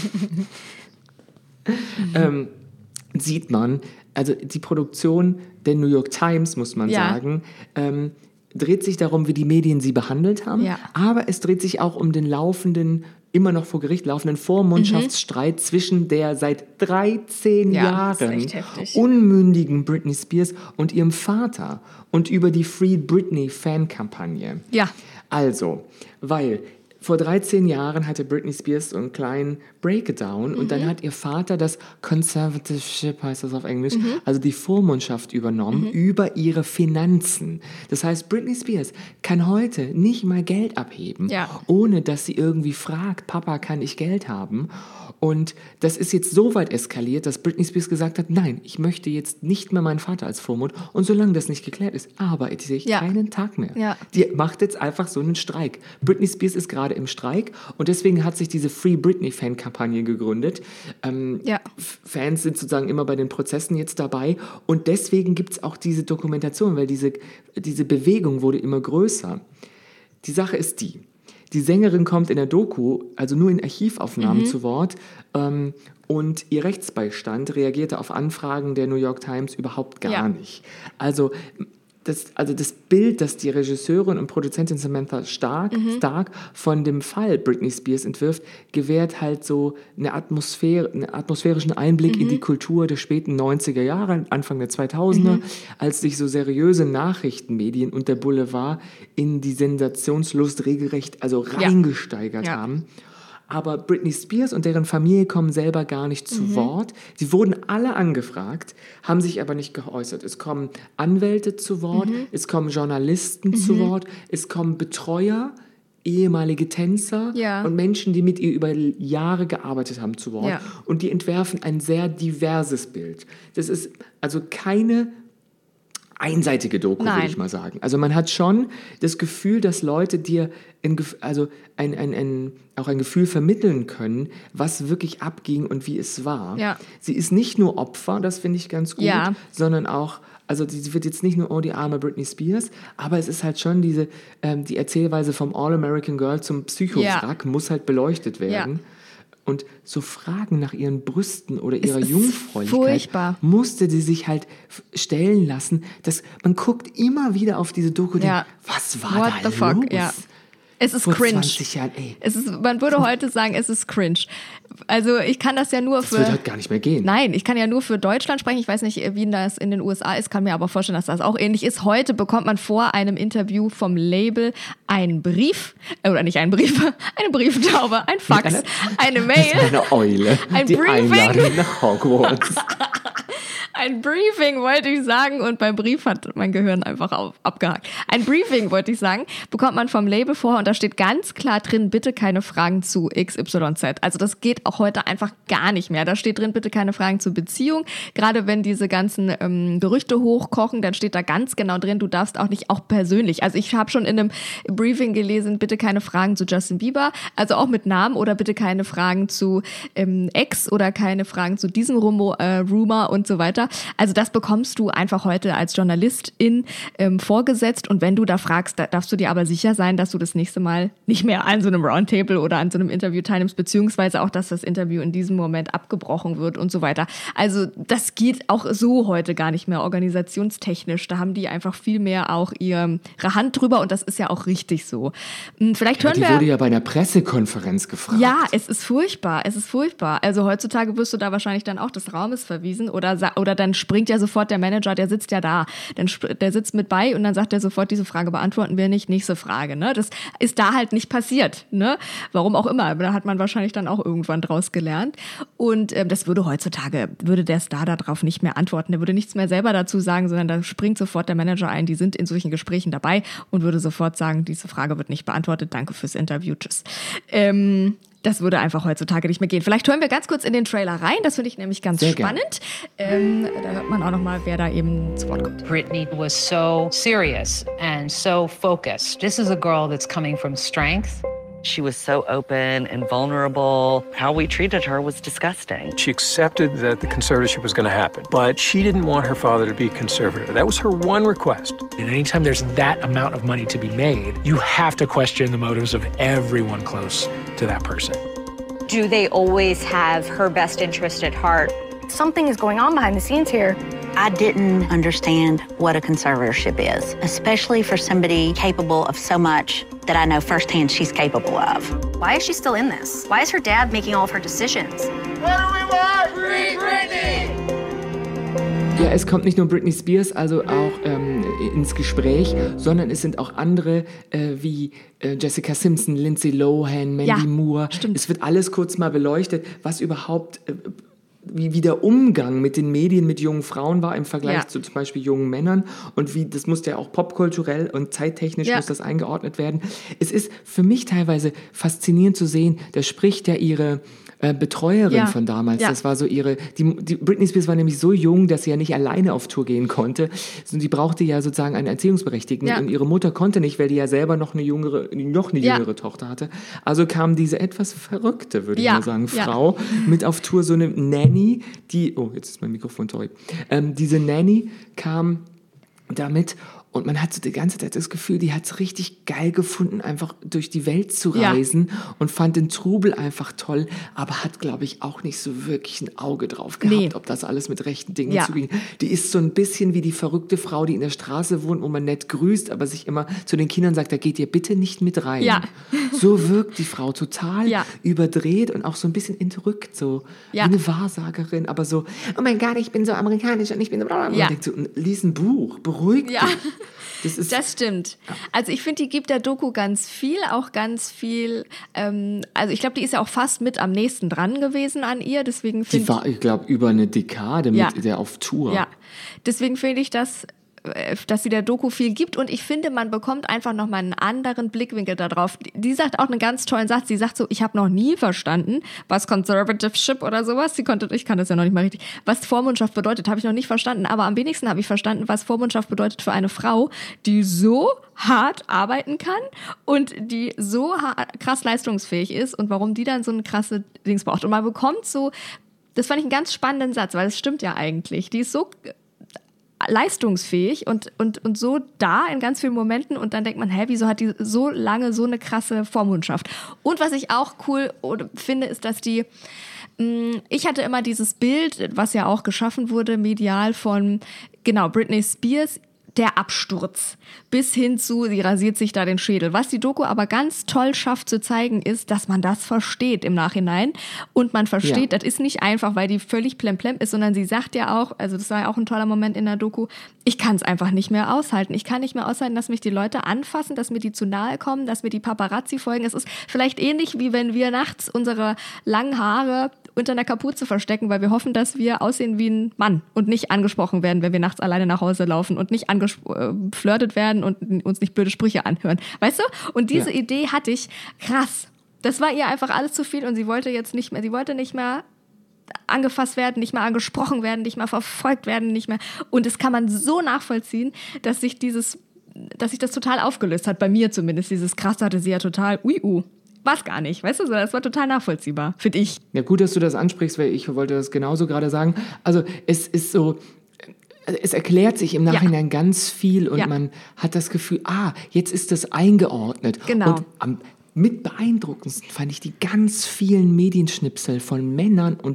Speaker 2: ähm, sieht man, also die Produktion der New York Times, muss man
Speaker 3: Ja.
Speaker 2: sagen, ähm, dreht sich darum, wie die Medien sie behandelt haben,
Speaker 3: Ja.
Speaker 2: aber es dreht sich auch um den laufenden, immer noch vor Gericht laufenden Vormundschaftsstreit mhm. zwischen der seit dreizehn
Speaker 3: Ja, das ist
Speaker 2: Jahren
Speaker 3: echt heftig.
Speaker 2: unmündigen Britney Spears und ihrem Vater und über die Free Britney Fan-Kampagne.
Speaker 3: Ja.
Speaker 2: Also, weil vor dreizehn Jahren hatte Britney Spears so einen kleinen Breakdown und
Speaker 3: Mhm.
Speaker 2: dann hat ihr Vater das Conservatorship, heißt das auf Englisch,
Speaker 3: Mhm.
Speaker 2: also die Vormundschaft übernommen
Speaker 3: Mhm.
Speaker 2: über ihre Finanzen. Das heißt, Britney Spears kann heute nicht mal Geld abheben,
Speaker 3: Ja.
Speaker 2: ohne dass sie irgendwie fragt, Papa, kann ich Geld haben? Und das ist jetzt so weit eskaliert, dass Britney Spears gesagt hat, nein, ich möchte jetzt nicht mehr meinen Vater als Vormund. Und solange das nicht geklärt ist, arbeite ich
Speaker 3: Ja.
Speaker 2: keinen Tag mehr.
Speaker 3: Ja.
Speaker 2: Die macht jetzt einfach so einen Streik. Britney Spears ist gerade im Streik und deswegen hat sich diese Free Britney Fan-Kampagne gegründet. Ähm,
Speaker 3: Ja.
Speaker 2: F- Fans sind sozusagen immer bei den Prozessen jetzt dabei und deswegen gibt es auch diese Dokumentation, weil diese, diese Bewegung wurde immer größer. Die Sache ist die, die Sängerin kommt in der Doku, also nur in Archivaufnahmen
Speaker 3: Mhm.
Speaker 2: zu Wort ähm, und ihr Rechtsbeistand reagierte auf Anfragen der New York Times überhaupt gar
Speaker 3: Ja.
Speaker 2: nicht. Also das, also das Bild, das die Regisseurin und Produzentin Samantha Stark,
Speaker 3: Mhm.
Speaker 2: Stark von dem Fall Britney Spears entwirft, gewährt halt so eine Atmosphäre, einen atmosphärischen Einblick
Speaker 3: Mhm.
Speaker 2: in die Kultur der späten neunziger Jahre, Anfang der zweitausender,
Speaker 3: Mhm.
Speaker 2: als sich so seriöse Nachrichtenmedien und der Boulevard in die Sensationslust regelrecht, also
Speaker 3: Ja.
Speaker 2: reingesteigert
Speaker 3: Ja.
Speaker 2: haben. Aber Britney Spears und deren Familie kommen selber gar nicht zu
Speaker 3: Mhm.
Speaker 2: Wort. Sie wurden alle angefragt, haben sich aber nicht geäußert. Es kommen Anwälte zu Wort,
Speaker 3: Mhm.
Speaker 2: es kommen Journalisten
Speaker 3: Mhm.
Speaker 2: zu Wort, es kommen Betreuer, ehemalige Tänzer
Speaker 3: Ja.
Speaker 2: und Menschen, die mit ihr über Jahre gearbeitet haben, zu Wort.
Speaker 3: Ja.
Speaker 2: Und die entwerfen ein sehr diverses Bild. Das ist also keine einseitige Doku,
Speaker 3: Nein.
Speaker 2: würde ich mal sagen. Also man hat schon das Gefühl, dass Leute dir ein, Gef- also ein, ein, ein, auch ein Gefühl vermitteln können, was wirklich abging und wie es war.
Speaker 3: Ja.
Speaker 2: Sie ist nicht nur Opfer, das finde ich ganz gut,
Speaker 3: Ja.
Speaker 2: sondern auch, also sie wird jetzt nicht nur, oh, die arme Britney Spears, aber es ist halt schon diese, ähm, die Erzählweise vom All-American Girl zum Psychowrack muss halt beleuchtet werden. Und so Fragen nach ihren Brüsten oder ihrer
Speaker 3: ist
Speaker 2: Jungfräulichkeit
Speaker 3: furchtbar.
Speaker 2: musste sie sich halt f- stellen lassen. Dass man guckt immer wieder auf diese Doku und
Speaker 3: Ja.
Speaker 2: denkt, was war
Speaker 3: What
Speaker 2: da
Speaker 3: the fuck?
Speaker 2: los?
Speaker 3: Ja. Es ist
Speaker 2: Vor
Speaker 3: cringe.
Speaker 2: zwanzig Jahren, ey.
Speaker 3: Es ist, man würde heute sagen, es ist cringe. Also ich kann das ja nur
Speaker 2: Das
Speaker 3: für...
Speaker 2: wird halt gar nicht mehr gehen.
Speaker 3: Nein, ich kann ja nur für Deutschland sprechen. Ich weiß nicht, wie das in den U S A ist, kann mir aber vorstellen, dass das auch ähnlich ist. Heute bekommt man vor einem Interview vom Label einen Brief, äh, oder nicht einen Brief, eine Brieftaube, ein Fax,
Speaker 2: Eine-
Speaker 3: eine Mail,
Speaker 2: Eine Eule.
Speaker 3: Ein
Speaker 2: die
Speaker 3: Briefing.
Speaker 2: Einladung nach Hogwarts.
Speaker 3: ein Briefing wollte ich sagen und beim Brief hat mein Gehirn einfach auf, abgehakt. Ein Briefing wollte ich sagen, bekommt man vom Label vor und da steht ganz klar drin, bitte keine Fragen zu X Y Z. Also das geht auch heute einfach gar nicht mehr. Da steht drin, bitte keine Fragen zur Beziehung. Gerade wenn diese ganzen ähm, Gerüchte hochkochen, dann steht da ganz genau drin, du darfst auch nicht, auch persönlich. Also ich habe schon in einem Briefing gelesen, bitte keine Fragen zu Justin Bieber, also auch mit Namen oder bitte keine Fragen zu ähm, Ex oder keine Fragen zu diesem Rumor, äh, Rumor und so weiter. Also das bekommst du einfach heute als Journalistin ähm, vorgesetzt und wenn du da fragst, da darfst du dir aber sicher sein, dass du das nächste Mal nicht mehr an so einem Roundtable oder an so einem Interview teilnimmst, beziehungsweise auch, dass das Interview in diesem Moment abgebrochen wird und so weiter. Also das geht auch so heute gar nicht mehr organisationstechnisch. Da haben die einfach viel mehr auch ihre Hand drüber und das ist ja auch richtig so. Hm, Vielleicht
Speaker 2: Ja,
Speaker 3: hören
Speaker 2: die
Speaker 3: wir...
Speaker 2: wurde ja bei einer Pressekonferenz gefragt.
Speaker 3: Ja, es ist furchtbar, es ist furchtbar. Also heutzutage wirst du da wahrscheinlich dann auch des Raumes verwiesen oder, sa- oder dann springt ja sofort der Manager, der sitzt ja da, dann sp- der sitzt mit bei und dann sagt er sofort, diese Frage beantworten wir nicht, nächste Frage. Ne? Das ist da halt nicht passiert. Ne? Warum auch immer, da hat man wahrscheinlich dann auch irgendwann draus gelernt. Und ähm, das würde heutzutage, würde der Star darauf nicht mehr antworten, der würde nichts mehr selber dazu sagen, sondern da springt sofort der Manager ein, die sind in solchen Gesprächen dabei und würde sofort sagen, diese Frage wird nicht beantwortet, danke fürs Interview, tschüss. Ähm, Das würde einfach heutzutage nicht mehr gehen. Vielleicht hören wir ganz kurz in den Trailer rein. Das finde ich nämlich ganz
Speaker 2: Sehr
Speaker 3: spannend. Ähm, da hört man auch noch mal, wer da eben zu Wort kommt.
Speaker 10: Britney was so serious and so focused. This is a girl that's coming from strength.
Speaker 11: She was so open and vulnerable. How we treated her was disgusting.
Speaker 12: She accepted that the conservatorship was going to happen, but she didn't want her father to be conservator. That was her one request.
Speaker 13: And anytime there's that amount of money to be made, you have to question the motives of everyone close to that person.
Speaker 14: Do they always have her best interest at heart?
Speaker 9: Something is going on behind the scenes here.
Speaker 11: I didn't understand what a conservatorship is, especially for somebody capable of so much that I know firsthand she's capable of.
Speaker 14: Why is she still in this? Why is her dad making all of her decisions?
Speaker 15: What do we want? Free Britney!
Speaker 2: Ja, es kommt nicht nur Britney Spears also auch ähm, ins Gespräch, sondern es sind auch andere äh, wie äh, Jessica Simpson, Lindsay Lohan, Mandy
Speaker 3: Ja,
Speaker 2: Moore.
Speaker 3: stimmt.
Speaker 2: Es wird alles kurz mal beleuchtet, was überhaupt... Äh, Wie, wie der Umgang mit den Medien, mit jungen Frauen war im Vergleich
Speaker 3: Ja.
Speaker 2: zu zum Beispiel jungen Männern und wie, das musste ja auch popkulturell und zeittechnisch
Speaker 3: Ja.
Speaker 2: muss das eingeordnet werden. Es ist für mich teilweise faszinierend zu sehen, da spricht ja ihre äh, Betreuerin
Speaker 3: Ja.
Speaker 2: von damals,
Speaker 3: Ja.
Speaker 2: das war so ihre, die, die Britney Spears war nämlich so jung, dass sie ja nicht alleine auf Tour gehen konnte, sondern sie brauchte ja sozusagen einen Erziehungsberechtigten
Speaker 3: Ja.
Speaker 2: und ihre Mutter konnte nicht, weil die ja selber noch eine jüngere, noch eine
Speaker 3: Ja.
Speaker 2: jüngere Tochter hatte. Also kam diese etwas verrückte, würde
Speaker 3: Ja.
Speaker 2: ich mal sagen,
Speaker 3: Ja.
Speaker 2: Frau mit auf Tour, so eine Nanny, die, oh, jetzt ist mein Mikrofon, sorry. Ähm, diese Nanny kam damit und man hat so die ganze Zeit das Gefühl, die hat es richtig geil gefunden, einfach durch die Welt zu
Speaker 3: Ja.
Speaker 2: reisen und fand den Trubel einfach toll, aber hat, glaube ich, auch nicht so wirklich ein Auge drauf gehabt,
Speaker 3: Nee.
Speaker 2: ob das alles mit rechten Dingen
Speaker 3: Ja.
Speaker 2: zuging. Die ist so ein bisschen wie die verrückte Frau, die in der Straße wohnt, wo man nett grüßt, aber sich immer zu den Kindern sagt, da geht ihr bitte nicht mit rein.
Speaker 3: Ja.
Speaker 2: So wirkt die Frau total
Speaker 3: Ja.
Speaker 2: überdreht und auch so ein bisschen entrückt, so
Speaker 3: Ja.
Speaker 2: wie eine Wahrsagerin, aber so, oh mein Gott, ich bin so amerikanisch und ich bin so bla bla bla.
Speaker 3: Ja.
Speaker 2: Und denkt so, lies ein Buch, beruhig
Speaker 3: Ja.
Speaker 2: dich. Das ist
Speaker 3: Das stimmt. Also ich finde, die gibt der Doku ganz viel, auch ganz viel, ähm, also ich glaube, die ist ja auch fast mit am nächsten dran gewesen an ihr, deswegen
Speaker 2: die
Speaker 3: finde
Speaker 2: war, ich glaube, über eine Dekade
Speaker 3: Ja.
Speaker 2: mit der auf Tour.
Speaker 3: Ja, deswegen finde ich das, äh, dass sie der Doku viel gibt und ich finde, man bekommt einfach nochmal einen anderen Blickwinkel darauf. Die, die sagt auch einen ganz tollen Satz, sie sagt so, ich habe noch nie verstanden, was Conservativeship oder sowas, sie konnte, ich kann das ja noch nicht mal richtig, was Vormundschaft bedeutet, habe ich noch nicht verstanden, aber am wenigsten habe ich verstanden, was Vormundschaft bedeutet für eine Frau, die so hart arbeiten kann und die so hart, krass leistungsfähig ist und warum die dann so eine krasse Dings braucht. Und man bekommt so, das fand ich einen ganz spannenden Satz, weil es stimmt ja eigentlich, die ist so leistungsfähig und, und, und so da in ganz vielen Momenten und dann denkt man, hä, wieso hat die so lange so eine krasse Vormundschaft? Und was ich auch cool finde, ist, dass die, mh, ich hatte immer dieses Bild, was ja auch geschaffen wurde, medial von, genau, Britney Spears, der Absturz, bis hin zu, sie rasiert sich da den Schädel. Was die Doku aber ganz toll schafft zu zeigen, ist, dass man das versteht im Nachhinein. Und man versteht,
Speaker 2: Ja.
Speaker 3: das ist nicht einfach, weil die völlig plemplem ist, sondern sie sagt ja auch, also das war ja auch ein toller Moment in der Doku, ich kann es einfach nicht mehr aushalten. Ich kann nicht mehr aushalten, dass mich die Leute anfassen, dass mir die zu nahe kommen, dass mir die Paparazzi folgen. Es ist vielleicht ähnlich, wie wenn wir nachts unsere langen Haare unter einer Kapuze verstecken, weil wir hoffen, dass wir aussehen wie ein Mann und nicht angesprochen werden, wenn wir nachts alleine nach Hause laufen und nicht angeflirtet werden und uns nicht blöde Sprüche anhören. Weißt du? Und diese
Speaker 2: Ja.
Speaker 3: Idee hatte ich, krass. Das war ihr einfach alles zu viel und sie wollte jetzt nicht mehr, sie wollte nicht mehr angefasst werden, nicht mehr angesprochen werden, nicht mehr verfolgt werden, nicht mehr. Und das kann man so nachvollziehen, dass sich dieses, dass sich das total aufgelöst hat, bei mir zumindest. Dieses krass hatte sie ja total, ui, uh. War's gar nicht, weißt du, so, das war total nachvollziehbar, finde ich.
Speaker 2: Ja, gut, dass du das ansprichst, weil ich wollte das genauso gerade sagen. Also es ist so, es erklärt sich im Nachhinein ja. ganz viel und ja. man hat das Gefühl, ah, jetzt ist das eingeordnet.
Speaker 3: Genau.
Speaker 2: Und am mit beeindruckendsten fand ich die ganz vielen Medienschnipsel von Männern und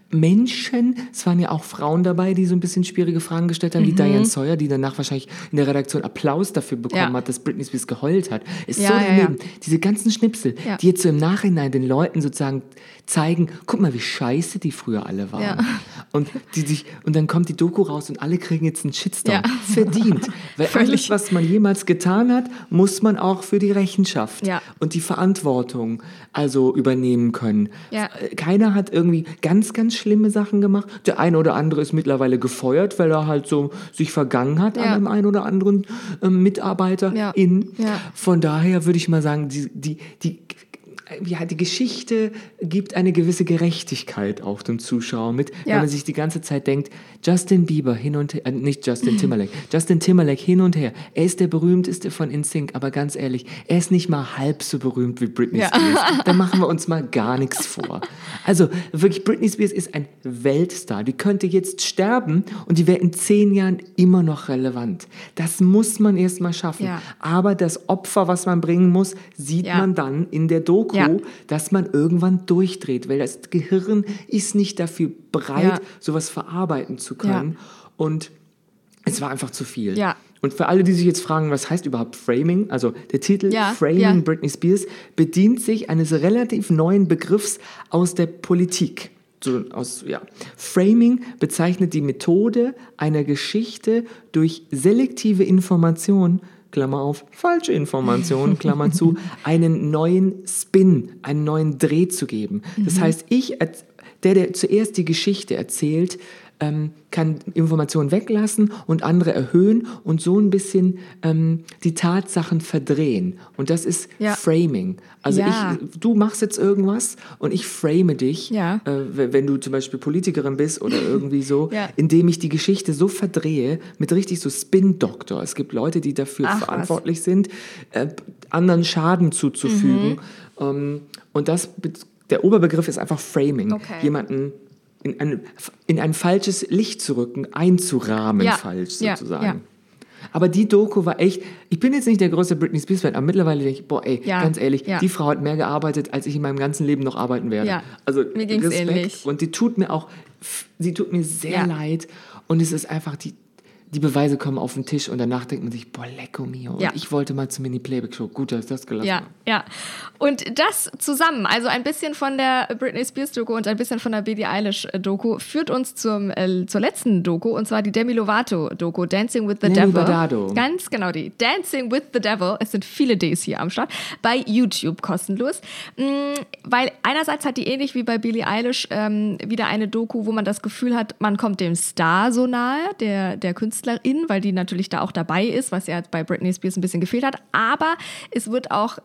Speaker 2: Menschen, es waren ja auch Frauen dabei, die so ein bisschen schwierige Fragen gestellt haben,
Speaker 3: Mhm.
Speaker 2: wie Diane Sawyer, die danach wahrscheinlich in der Redaktion Applaus dafür bekommen
Speaker 3: Ja.
Speaker 2: hat, dass Britney Spears geheult hat. Ist
Speaker 3: Ja,
Speaker 2: so
Speaker 3: ja,
Speaker 2: daneben.
Speaker 3: ja.
Speaker 2: Diese ganzen Schnipsel,
Speaker 3: Ja.
Speaker 2: die jetzt so im Nachhinein den Leuten sozusagen zeigen, guck mal, wie scheiße die früher alle waren.
Speaker 3: Ja.
Speaker 2: Und, die sich, und dann kommt die Doku raus und alle kriegen jetzt einen Shitstorm.
Speaker 3: Ja.
Speaker 2: Verdient. Weil
Speaker 3: Völlig.
Speaker 2: alles, was man jemals getan hat, muss man auch für die Rechenschaft
Speaker 3: Ja.
Speaker 2: und die Verantwortung also übernehmen können.
Speaker 3: Ja.
Speaker 2: Keiner hat irgendwie ganz, ganz schlimme Sachen gemacht. Der eine oder andere ist mittlerweile gefeuert, weil er halt so sich vergangen hat
Speaker 3: Ja.
Speaker 2: an dem einen oder anderen ähm, Mitarbeiter
Speaker 3: Ja.
Speaker 2: in.
Speaker 3: Ja.
Speaker 2: Von daher würde ich mal sagen, die, die, die, ja, die Geschichte gibt eine gewisse Gerechtigkeit auch dem Zuschauer mit,
Speaker 3: Ja.
Speaker 2: wenn man sich die ganze Zeit denkt, Justin Bieber hin und her, äh, nicht Justin Timberlake, Justin Timberlake hin und her. Er ist der berühmteste von N Sync, aber ganz ehrlich, er ist nicht mal halb so berühmt wie Britney
Speaker 3: Ja.
Speaker 2: Spears. Da machen wir uns mal gar nichts vor. Also wirklich, Britney Spears ist ein Weltstar. Die könnte jetzt sterben und die wäre in zehn Jahren immer noch relevant. Das muss man erst mal schaffen.
Speaker 3: Ja.
Speaker 2: Aber das Opfer, was man bringen muss, sieht
Speaker 3: Ja.
Speaker 2: man dann in der Doku,
Speaker 3: Ja.
Speaker 2: dass man irgendwann durchdreht, weil das Gehirn ist nicht dafür bereit,
Speaker 3: Ja.
Speaker 2: sowas verarbeiten zu können. Und es war einfach zu viel.
Speaker 3: Ja.
Speaker 2: Und für alle, die sich jetzt fragen, was heißt überhaupt Framing? Also der Titel
Speaker 3: Ja,
Speaker 2: Framing
Speaker 3: ja.
Speaker 2: Britney Spears bedient sich eines relativ neuen Begriffs aus der Politik. So aus, ja. Framing bezeichnet die Methode einer Geschichte durch selektive Information, Klammer auf, falsche Informationen, Klammer zu, einen neuen Spin, einen neuen Dreh zu geben. Das
Speaker 3: Mhm.
Speaker 2: heißt, ich, als- der, der zuerst die Geschichte erzählt, ähm, kann Informationen weglassen und andere erhöhen und so ein bisschen ähm, die Tatsachen verdrehen. Und das ist
Speaker 3: Ja.
Speaker 2: Framing. Also
Speaker 3: Ja.
Speaker 2: ich, du machst jetzt irgendwas und ich frame dich,
Speaker 3: Ja.
Speaker 2: äh, w- wenn du zum Beispiel Politikerin bist oder irgendwie so,
Speaker 3: Ja.
Speaker 2: indem ich die Geschichte so verdrehe mit richtig so Spin-Doktor. Es gibt Leute, die dafür
Speaker 3: Ach, was.
Speaker 2: verantwortlich sind, äh, anderen Schaden zuzufügen.
Speaker 3: Mhm.
Speaker 2: Ähm, und das, be- der Oberbegriff ist einfach Framing.
Speaker 3: Okay.
Speaker 2: Jemanden in ein, in ein falsches Licht zu rücken, einzurahmen
Speaker 3: Ja.
Speaker 2: falsch
Speaker 3: Ja.
Speaker 2: sozusagen.
Speaker 3: Ja.
Speaker 2: Aber die Doku war echt, ich bin jetzt nicht der größte Britney Spears-Fan, aber mittlerweile denke ich, boah ey,
Speaker 3: Ja.
Speaker 2: ganz ehrlich,
Speaker 3: Ja.
Speaker 2: die Frau hat mehr gearbeitet, als ich in meinem ganzen Leben noch arbeiten werde.
Speaker 3: Ja.
Speaker 2: Also
Speaker 3: Mir ging's
Speaker 2: Respekt.
Speaker 3: ähnlich.
Speaker 2: Und die tut mir auch, sie tut mir sehr
Speaker 3: Ja.
Speaker 2: leid und es ist einfach die, die Beweise kommen auf den Tisch und danach denkt man sich, boah, lecko mio. Und
Speaker 3: Ja.
Speaker 2: ich wollte mal zur Mini-Playback-Show. Gut, dass ich das gelassen
Speaker 3: Ja,
Speaker 2: habe.
Speaker 3: ja. Und das zusammen, also ein bisschen von der Britney Spears Doku und ein bisschen von der Billie Eilish Doku, führt uns zum, äh, zur letzten Doku, und zwar die Demi Lovato Doku, Dancing with the
Speaker 2: Demi
Speaker 3: Devil.
Speaker 2: Lovato.
Speaker 3: Ganz genau die. Dancing with the Devil. Es sind viele Ds hier am Start. Bei YouTube kostenlos. Mm, weil einerseits hat die ähnlich wie bei Billie Eilish ähm, wieder eine Doku, wo man das Gefühl hat, man kommt dem Star so nahe, der, der Künstlerin, weil die natürlich da auch dabei ist, was ja bei Britney Spears ein bisschen gefehlt hat. Aber es wird auch,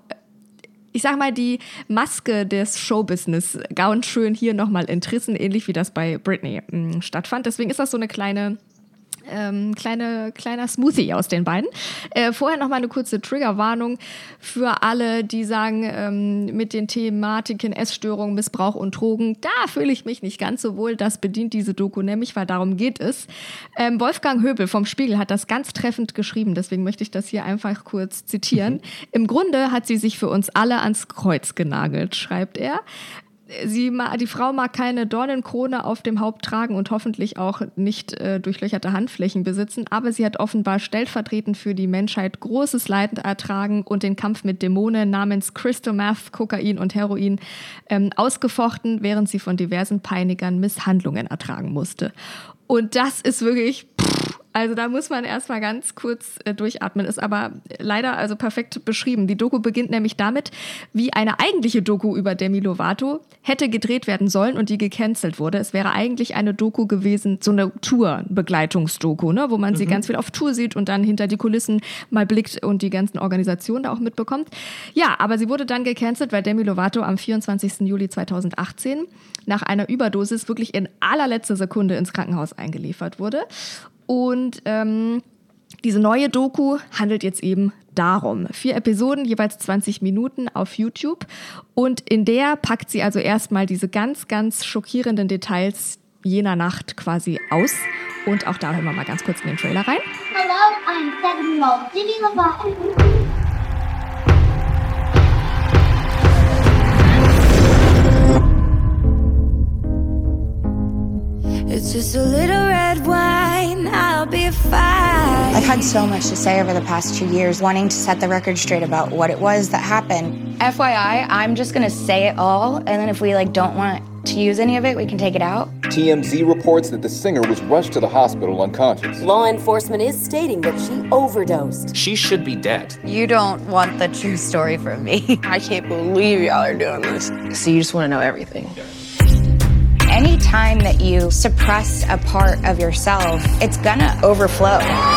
Speaker 3: ich sag mal, die Maske des Showbusiness ganz schön hier nochmal entrissen, ähnlich wie das bei Britney mh, stattfand. Deswegen ist das so eine kleine Ähm, kleine, kleiner Smoothie aus den beiden. Äh, vorher noch mal eine kurze Triggerwarnung für alle, die sagen, ähm, mit den Thematiken Essstörung, Missbrauch und Drogen, da fühle ich mich nicht ganz so wohl. Das bedient diese Doku nämlich, weil darum geht es. Ähm, Wolfgang Höbel vom Spiegel hat das ganz treffend geschrieben, deswegen möchte ich das hier einfach kurz zitieren. Mhm. Im Grunde hat sie sich für uns alle ans Kreuz genagelt, schreibt er. Sie, die Frau mag keine Dornenkrone auf dem Haupt tragen und hoffentlich auch nicht äh, durchlöcherte Handflächen besitzen, aber sie hat offenbar stellvertretend für die Menschheit großes Leid ertragen und den Kampf mit Dämonen namens Crystal Meth, Kokain und Heroin ähm, ausgefochten, während sie von diversen Peinigern Misshandlungen ertragen musste. Und das ist wirklich... Pff, also da muss man erstmal ganz kurz äh, durchatmen, ist aber leider also perfekt beschrieben. Die Doku beginnt nämlich damit, wie eine eigentliche Doku über Demi Lovato hätte gedreht werden sollen und die gecancelt wurde. Es wäre eigentlich eine Doku gewesen, so eine Tour-Begleitungsdoku, ne, wo man mhm. sie ganz viel auf Tour sieht und dann hinter die Kulissen mal blickt und die ganzen Organisationen da auch mitbekommt. Ja, aber sie wurde dann gecancelt, weil Demi Lovato am vierundzwanzigsten Juli zweitausendachtzehn nach einer Überdosis wirklich in allerletzter Sekunde ins Krankenhaus eingeliefert wurde. Und ähm, diese neue Doku handelt jetzt eben darum. Vier Episoden, jeweils zwanzig Minuten auf YouTube. Und in der packt sie also erstmal diese ganz, ganz schockierenden Details jener Nacht quasi aus. Und auch da hören wir mal ganz kurz in den Trailer rein.
Speaker 16: Hello, I'm seven-year-old Demi Lovato.
Speaker 17: had so much to say over the past two years, wanting to set the record straight about what it was that happened. F Y I, I'm just gonna say it all, and then if we like don't want to use any of it, we can take it out.
Speaker 18: T M Z reports that the singer was rushed to the hospital unconscious.
Speaker 19: Law enforcement is stating that she overdosed.
Speaker 20: She should be dead.
Speaker 17: You don't want the true story from me.
Speaker 4: I can't believe y'all are doing this. So you just want to know everything.
Speaker 17: Anytime that you suppress a part of yourself, it's gonna overflow.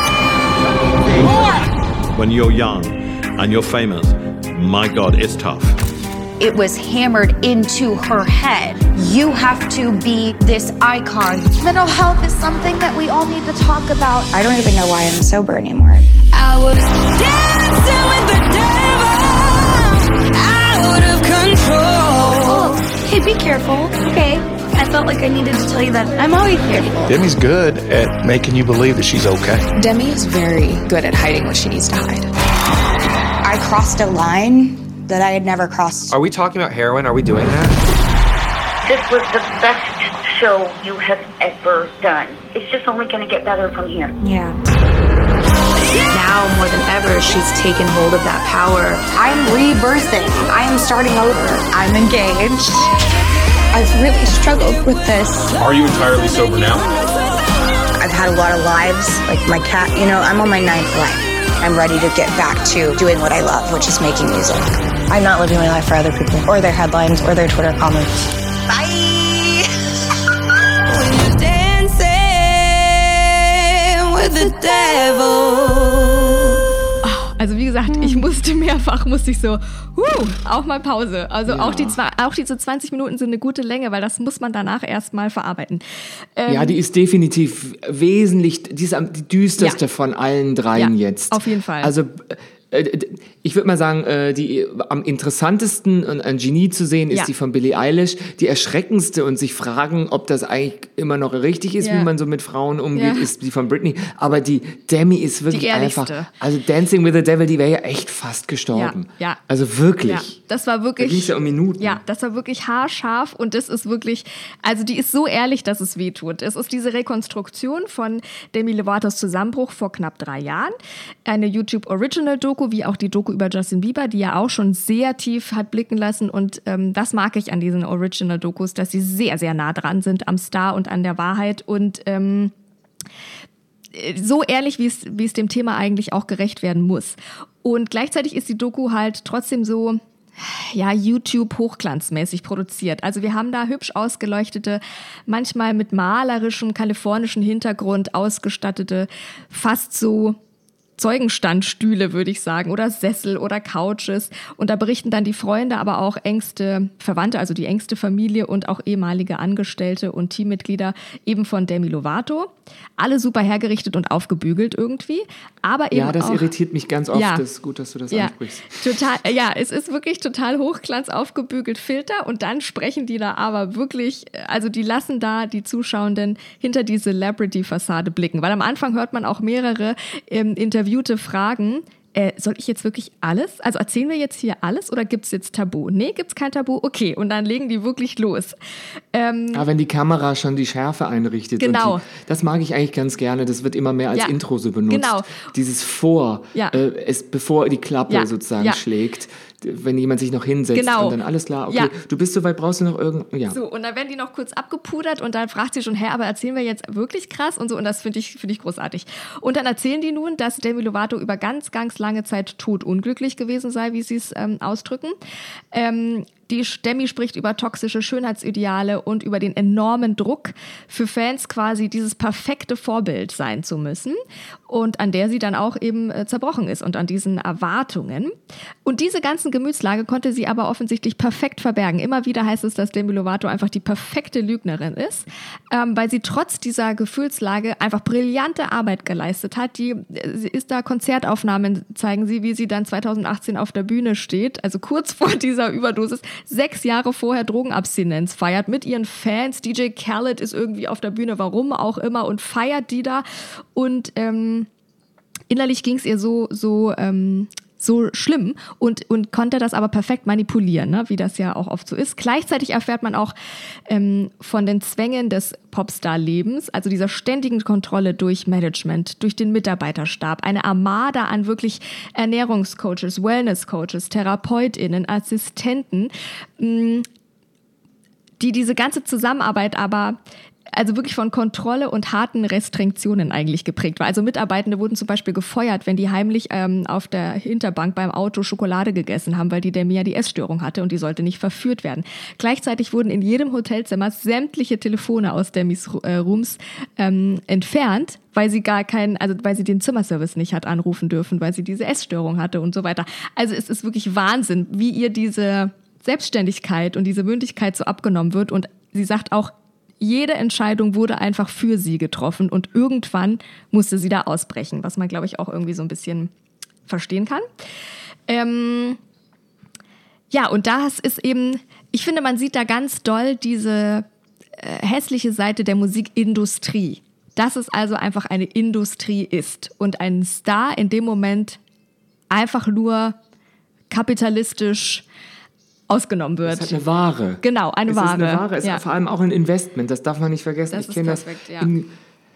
Speaker 21: When you're young and you're famous, my God, it's tough.
Speaker 17: It was hammered into her head. You have to be this icon. Mental health is something that we all need to talk about. I don't even know why I'm sober anymore. I was dancing with the devil, out of control. Oh, hey, be careful. Okay. I felt like I needed to tell you that I'm always careful.
Speaker 22: Demi's good at making you believe that she's okay.
Speaker 4: Demi is very good at hiding what she needs to hide.
Speaker 17: I crossed a line that I had never crossed.
Speaker 20: Are we talking about heroin? Are we doing that?
Speaker 16: This was the best show you have ever done. It's just only going to get better from here.
Speaker 17: Yeah.
Speaker 23: Now, more than ever, she's taken hold of that power.
Speaker 17: I'm rebirthing. I am starting over. I'm engaged. I've really struggled with this.
Speaker 21: Are you entirely sober now?
Speaker 17: I've had a lot of lives, like my cat, you know, I'm on my ninth life. I'm ready to get back to doing what I love, which is making music.
Speaker 4: I'm not living my life for other people, or their headlines, or their Twitter comments.
Speaker 17: Bye!
Speaker 8: When you're dancing with the devil.
Speaker 3: Also wie gesagt, ich musste mehrfach, musste ich so, huh, auch mal Pause. Also ja. auch, die, auch diese zwanzig Minuten sind eine gute Länge, weil das muss man danach erstmal verarbeiten.
Speaker 2: Ähm, ja, die ist definitiv wesentlich, die ist die düsterste ja. von allen dreien ja, jetzt.
Speaker 3: Auf jeden Fall.
Speaker 2: Also ich würde mal sagen, die am interessantesten und ein Genie zu sehen ist ja. die von Billie Eilish. Die erschreckendste und sich fragen, ob das eigentlich immer noch richtig ist, ja. wie man so mit Frauen umgeht, ja. ist die von Britney. Aber die Demi ist wirklich einfach, also Dancing with the Devil, die wäre ja echt fast gestorben.
Speaker 3: Ja. ja.
Speaker 2: Also wirklich.
Speaker 3: Ja. Das war wirklich.
Speaker 2: Da ging es ja um Minuten.
Speaker 3: Ja, das war wirklich haarscharf und das ist wirklich, also die ist so ehrlich, dass es wehtut. Es ist diese Rekonstruktion von Demi Lovatos Zusammenbruch vor knapp drei Jahren. Eine YouTube-Original-Doku, wie auch die Doku über Justin Bieber, die ja auch schon sehr tief hat blicken lassen. Und ähm, das mag ich an diesen Original-Dokus, dass sie sehr, sehr nah dran sind am Star und an der Wahrheit. Und ähm, so ehrlich, wie es, wie es dem Thema eigentlich auch gerecht werden muss. Und gleichzeitig ist die Doku halt trotzdem so, ja, YouTube-hochglanzmäßig produziert. Also wir haben da hübsch ausgeleuchtete, manchmal mit malerischem kalifornischen Hintergrund ausgestattete, fast so Zeugenstandstühle, würde ich sagen, oder Sessel oder Couches. Und da berichten dann die Freunde, aber auch engste Verwandte, also die engste Familie und auch ehemalige Angestellte und Teammitglieder eben von Demi Lovato. Alle super hergerichtet und aufgebügelt irgendwie. Aber eben
Speaker 2: ja, das
Speaker 3: auch,
Speaker 2: irritiert mich ganz oft.
Speaker 3: Ja,
Speaker 2: das ist gut, dass du das
Speaker 3: ja,
Speaker 2: ansprichst.
Speaker 3: Total, ja, es ist wirklich total hochglanz aufgebügelt Filter und dann sprechen die da aber wirklich, also die lassen da die Zuschauenden hinter die Celebrity-Fassade blicken. Weil am Anfang hört man auch mehrere ähm, interviewte Fragen. Äh, soll ich jetzt wirklich alles? Also erzählen wir jetzt hier alles oder gibt es jetzt Tabu? Nee, gibt es kein Tabu? Okay, und dann legen die wirklich los. Ähm,
Speaker 2: Aber wenn die Kamera schon die Schärfe einrichtet.
Speaker 3: Genau.
Speaker 2: Und die, das mag ich eigentlich ganz gerne. Das wird immer mehr als
Speaker 3: ja,
Speaker 2: Intro so benutzt.
Speaker 3: Genau.
Speaker 2: Dieses Vor,
Speaker 3: ja.
Speaker 2: äh, es, bevor die Klappe
Speaker 3: ja.
Speaker 2: sozusagen
Speaker 3: ja.
Speaker 2: schlägt. Wenn jemand sich noch hinsetzt
Speaker 3: genau.
Speaker 2: und dann alles klar, okay,
Speaker 3: ja.
Speaker 2: du bist soweit, brauchst du noch irgend... Ja.
Speaker 3: So, und dann werden die noch kurz abgepudert und dann fragt sie schon, hä, aber erzählen wir jetzt wirklich krass und so und das finde ich, find ich großartig. Und dann erzählen die nun, dass Demi Lovato über ganz, ganz lange Zeit totunglücklich gewesen sei, wie sie es ähm, ausdrücken. Ähm, Die Demi spricht über toxische Schönheitsideale und über den enormen Druck für Fans quasi dieses perfekte Vorbild sein zu müssen und an der sie dann auch eben äh, zerbrochen ist und an diesen Erwartungen. Und diese ganzen Gemütslage konnte sie aber offensichtlich perfekt verbergen. Immer wieder heißt es, dass Demi Lovato einfach die perfekte Lügnerin ist, ähm, weil sie trotz dieser Gefühlslage einfach brillante Arbeit geleistet hat. Die sie ist da Konzertaufnahmen, zeigen sie, wie sie dann zweitausendachtzehn auf der Bühne steht, also kurz vor dieser Überdosis, sechs Jahre vorher Drogenabstinenz feiert mit ihren Fans. D J Khaled ist irgendwie auf der Bühne, warum auch immer, und feiert die da. Und ähm, innerlich ging es ihr so, so, ähm, so schlimm und, und konnte das aber perfekt manipulieren, ne? Wie das ja auch oft so ist. Gleichzeitig erfährt man auch ähm, von den Zwängen des Popstar-Lebens, also dieser ständigen Kontrolle durch Management, durch den Mitarbeiterstab, eine Armada an wirklich Ernährungscoaches, Wellness-Coaches, TherapeutInnen, Assistenten, mh, die diese ganze Zusammenarbeit aber also wirklich von Kontrolle und harten Restriktionen eigentlich geprägt war. Also Mitarbeitende wurden zum Beispiel gefeuert, wenn die heimlich ähm, auf der Hinterbank beim Auto Schokolade gegessen haben, weil die Demi ja die Essstörung hatte und die sollte nicht verführt werden. Gleichzeitig wurden in jedem Hotelzimmer sämtliche Telefone aus Demis äh, Rooms ähm, entfernt, weil sie gar keinen, also weil sie den Zimmerservice nicht hat anrufen dürfen, weil sie diese Essstörung hatte und so weiter. Also es ist wirklich Wahnsinn, wie ihr diese Selbstständigkeit und diese Mündigkeit so abgenommen wird. Und sie sagt auch, jede Entscheidung wurde einfach für sie getroffen und irgendwann musste sie da ausbrechen, was man, glaube ich, auch irgendwie so ein bisschen verstehen kann. Ähm ja, und das ist eben, ich finde, man sieht da ganz doll diese äh, hässliche Seite der Musikindustrie. Dass es also einfach eine Industrie ist und ein Star in dem Moment einfach nur kapitalistisch ausgenommen wird.
Speaker 2: Es ist eine Ware.
Speaker 3: Genau, eine
Speaker 2: es
Speaker 3: Ware.
Speaker 2: Es ist eine Ware, es
Speaker 3: ja.
Speaker 2: ist vor allem auch ein Investment, das darf man nicht vergessen.
Speaker 3: Das
Speaker 2: ich kenne das,
Speaker 3: perfekt, ja.
Speaker 2: in,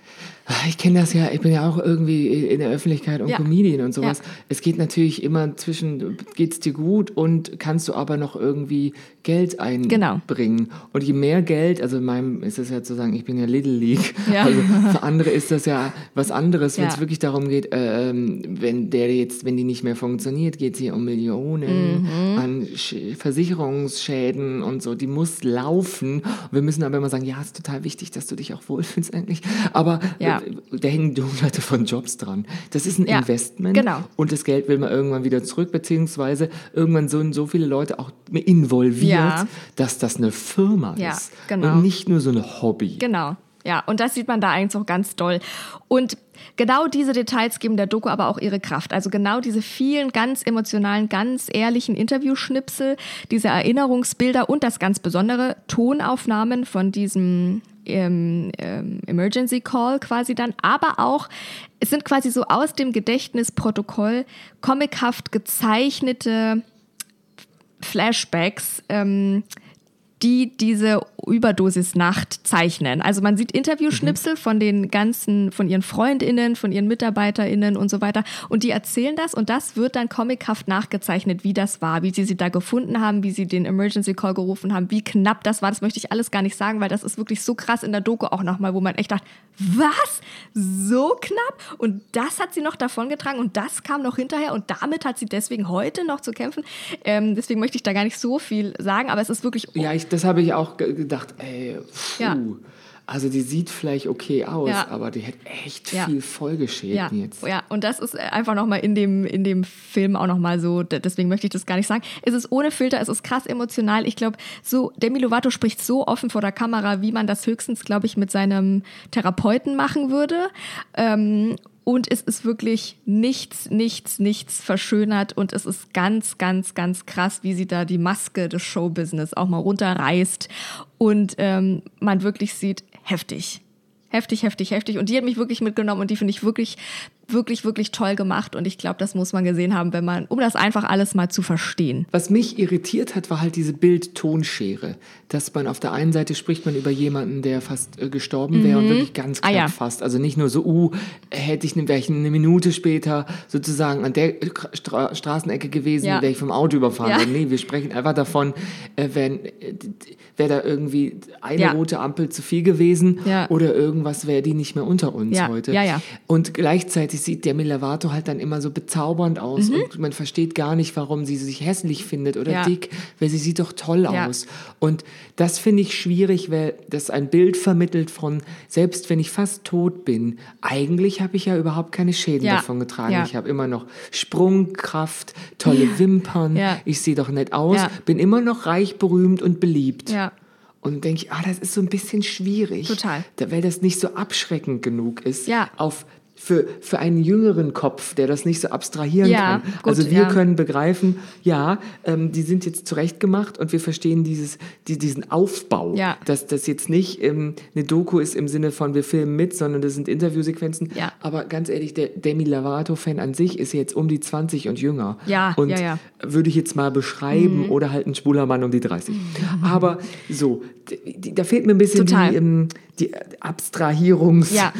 Speaker 2: ich kenne das ja, ich bin ja auch irgendwie in der Öffentlichkeit und
Speaker 3: ja.
Speaker 2: Comedian und sowas.
Speaker 3: Ja.
Speaker 2: Es geht natürlich immer zwischen, geht's dir gut und kannst du aber noch irgendwie Geld einbringen.
Speaker 3: Genau.
Speaker 2: Und je mehr Geld, also in meinem ist es ja zu sagen, ich bin ja Little League,
Speaker 3: ja.
Speaker 2: also für andere ist das ja was anderes, wenn es
Speaker 3: ja.
Speaker 2: wirklich darum geht, ähm, wenn der jetzt, wenn die nicht mehr funktioniert, geht es hier um Millionen
Speaker 3: mhm.
Speaker 2: an Sch- Versicherungsschäden und so, die muss laufen. Und wir müssen aber immer sagen, ja, ist total wichtig, dass du dich auch wohlfühlst eigentlich, aber
Speaker 3: ja.
Speaker 2: da hängen hunderte von Jobs dran. Das ist ein
Speaker 3: ja.
Speaker 2: Investment
Speaker 3: genau.
Speaker 2: und das Geld will man irgendwann wieder zurück, beziehungsweise irgendwann sind so viele Leute auch involviert,
Speaker 3: ja.
Speaker 2: dass das eine Firma
Speaker 3: ja,
Speaker 2: ist
Speaker 3: genau.
Speaker 2: und nicht nur so eine Hobby.
Speaker 3: Genau, ja, und das sieht man da eigentlich auch ganz doll. Und genau diese Details geben der Doku aber auch ihre Kraft. Also genau diese vielen ganz emotionalen, ganz ehrlichen Interviewschnipsel, diese Erinnerungsbilder und das ganz besondere Tonaufnahmen von diesem ähm, ähm, Emergency Call quasi dann, aber auch, es sind quasi so aus dem Gedächtnisprotokoll comichaft gezeichnete Flashbacks, ähm, die diese Überdosis-Nacht zeichnen. Also man sieht Interviewschnipsel mhm. von den ganzen, von ihren FreundInnen, von ihren MitarbeiterInnen und so weiter und die erzählen das und das wird dann comichaft nachgezeichnet, wie das war, wie sie sie da gefunden haben, wie sie den Emergency Call gerufen haben, wie knapp das war. Das möchte ich alles gar nicht sagen, weil das ist wirklich so krass in der Doku auch nochmal, wo man echt dachte, was? So knapp? Und das hat sie noch davongetragen und das kam noch hinterher und damit hat sie deswegen heute noch zu kämpfen. Ähm, deswegen möchte ich da gar nicht so viel sagen, aber es ist wirklich...
Speaker 2: Ja, ich das habe ich auch gedacht, ey, pfuh.
Speaker 3: Ja.
Speaker 2: Also die sieht vielleicht okay aus,
Speaker 3: ja.
Speaker 2: aber die hat echt
Speaker 3: ja.
Speaker 2: viel Folgeschäden
Speaker 3: ja.
Speaker 2: jetzt.
Speaker 3: Ja, und das ist einfach nochmal in dem, in dem Film auch nochmal so, deswegen möchte ich das gar nicht sagen. Es ist ohne Filter, es ist krass emotional. Ich glaube, so Demi Lovato spricht so offen vor der Kamera, wie man das höchstens, glaube ich, mit seinem Therapeuten machen würde. Ähm, Und es ist wirklich nichts, nichts, nichts verschönert und es ist ganz, ganz, ganz krass, wie sie da die Maske des Showbusiness auch mal runterreißt und ähm, man wirklich sieht, heftig. Heftig, heftig, heftig. Und die hat mich wirklich mitgenommen und die finde ich wirklich, wirklich, wirklich toll gemacht. Und ich glaube, das muss man gesehen haben, wenn man, um das einfach alles mal zu verstehen.
Speaker 2: Was mich irritiert hat, war halt diese Bild-Tonschere. Dass man auf der einen Seite spricht man über jemanden, der fast äh, gestorben wäre
Speaker 3: Mhm.
Speaker 2: und wirklich ganz knapp
Speaker 3: Ah, ja.
Speaker 2: fast. Also nicht nur so, uh, hätte ich, ne, wäre ich eine Minute später sozusagen an der Stra- Straßenecke gewesen,
Speaker 3: Ja.
Speaker 2: wäre ich vom Auto überfahren
Speaker 3: Ja.
Speaker 2: worden. Nee, wir sprechen einfach davon, äh, wenn, äh, wäre da irgendwie eine
Speaker 3: Ja.
Speaker 2: rote Ampel zu viel gewesen
Speaker 3: Ja.
Speaker 2: oder irgendwas wäre die nicht mehr unter uns
Speaker 3: Ja.
Speaker 2: heute.
Speaker 3: Ja, ja.
Speaker 2: Und gleichzeitig sieht Demi Lovato halt dann immer so bezaubernd aus
Speaker 3: Mhm.
Speaker 2: und man versteht gar nicht, warum sie sich hässlich findet oder
Speaker 3: Ja.
Speaker 2: dick, weil sie sieht doch toll
Speaker 3: Ja.
Speaker 2: aus. Und das finde ich schwierig, weil das ein Bild vermittelt von, selbst wenn ich fast tot bin, eigentlich habe ich ja überhaupt keine Schäden
Speaker 3: Ja.
Speaker 2: davon getragen.
Speaker 3: Ja.
Speaker 2: Ich habe immer noch Sprungkraft, tolle Wimpern,
Speaker 3: Ja.
Speaker 2: ich sehe doch nett aus,
Speaker 3: Ja.
Speaker 2: bin immer noch reich, berühmt und beliebt.
Speaker 3: Ja.
Speaker 2: Und denke ich, ah, das ist so ein bisschen schwierig.
Speaker 3: Total.
Speaker 2: Da, weil das nicht so abschreckend genug ist,
Speaker 3: Ja.
Speaker 2: auf für, für einen jüngeren Kopf, der das nicht so abstrahieren
Speaker 3: ja,
Speaker 2: kann.
Speaker 3: gut,
Speaker 2: also wir
Speaker 3: ja.
Speaker 2: können begreifen, ja, ähm, die sind jetzt zurechtgemacht und wir verstehen dieses, die, diesen Aufbau,
Speaker 3: ja.
Speaker 2: dass das jetzt nicht ähm, eine Doku ist im Sinne von wir filmen mit, sondern das sind Interviewsequenzen.
Speaker 3: Ja.
Speaker 2: Aber ganz ehrlich, der Demi Lovato-Fan an sich ist jetzt um die zwanzig und jünger.
Speaker 3: Ja,
Speaker 2: und
Speaker 3: ja, ja.
Speaker 2: würde ich jetzt mal beschreiben
Speaker 3: Mhm.
Speaker 2: oder halt ein schwuler Mann um die dreißig. Mhm. Aber so, die, da fehlt mir ein bisschen
Speaker 3: Total.
Speaker 2: die, ähm, die Abstrahierungs...
Speaker 3: Ja.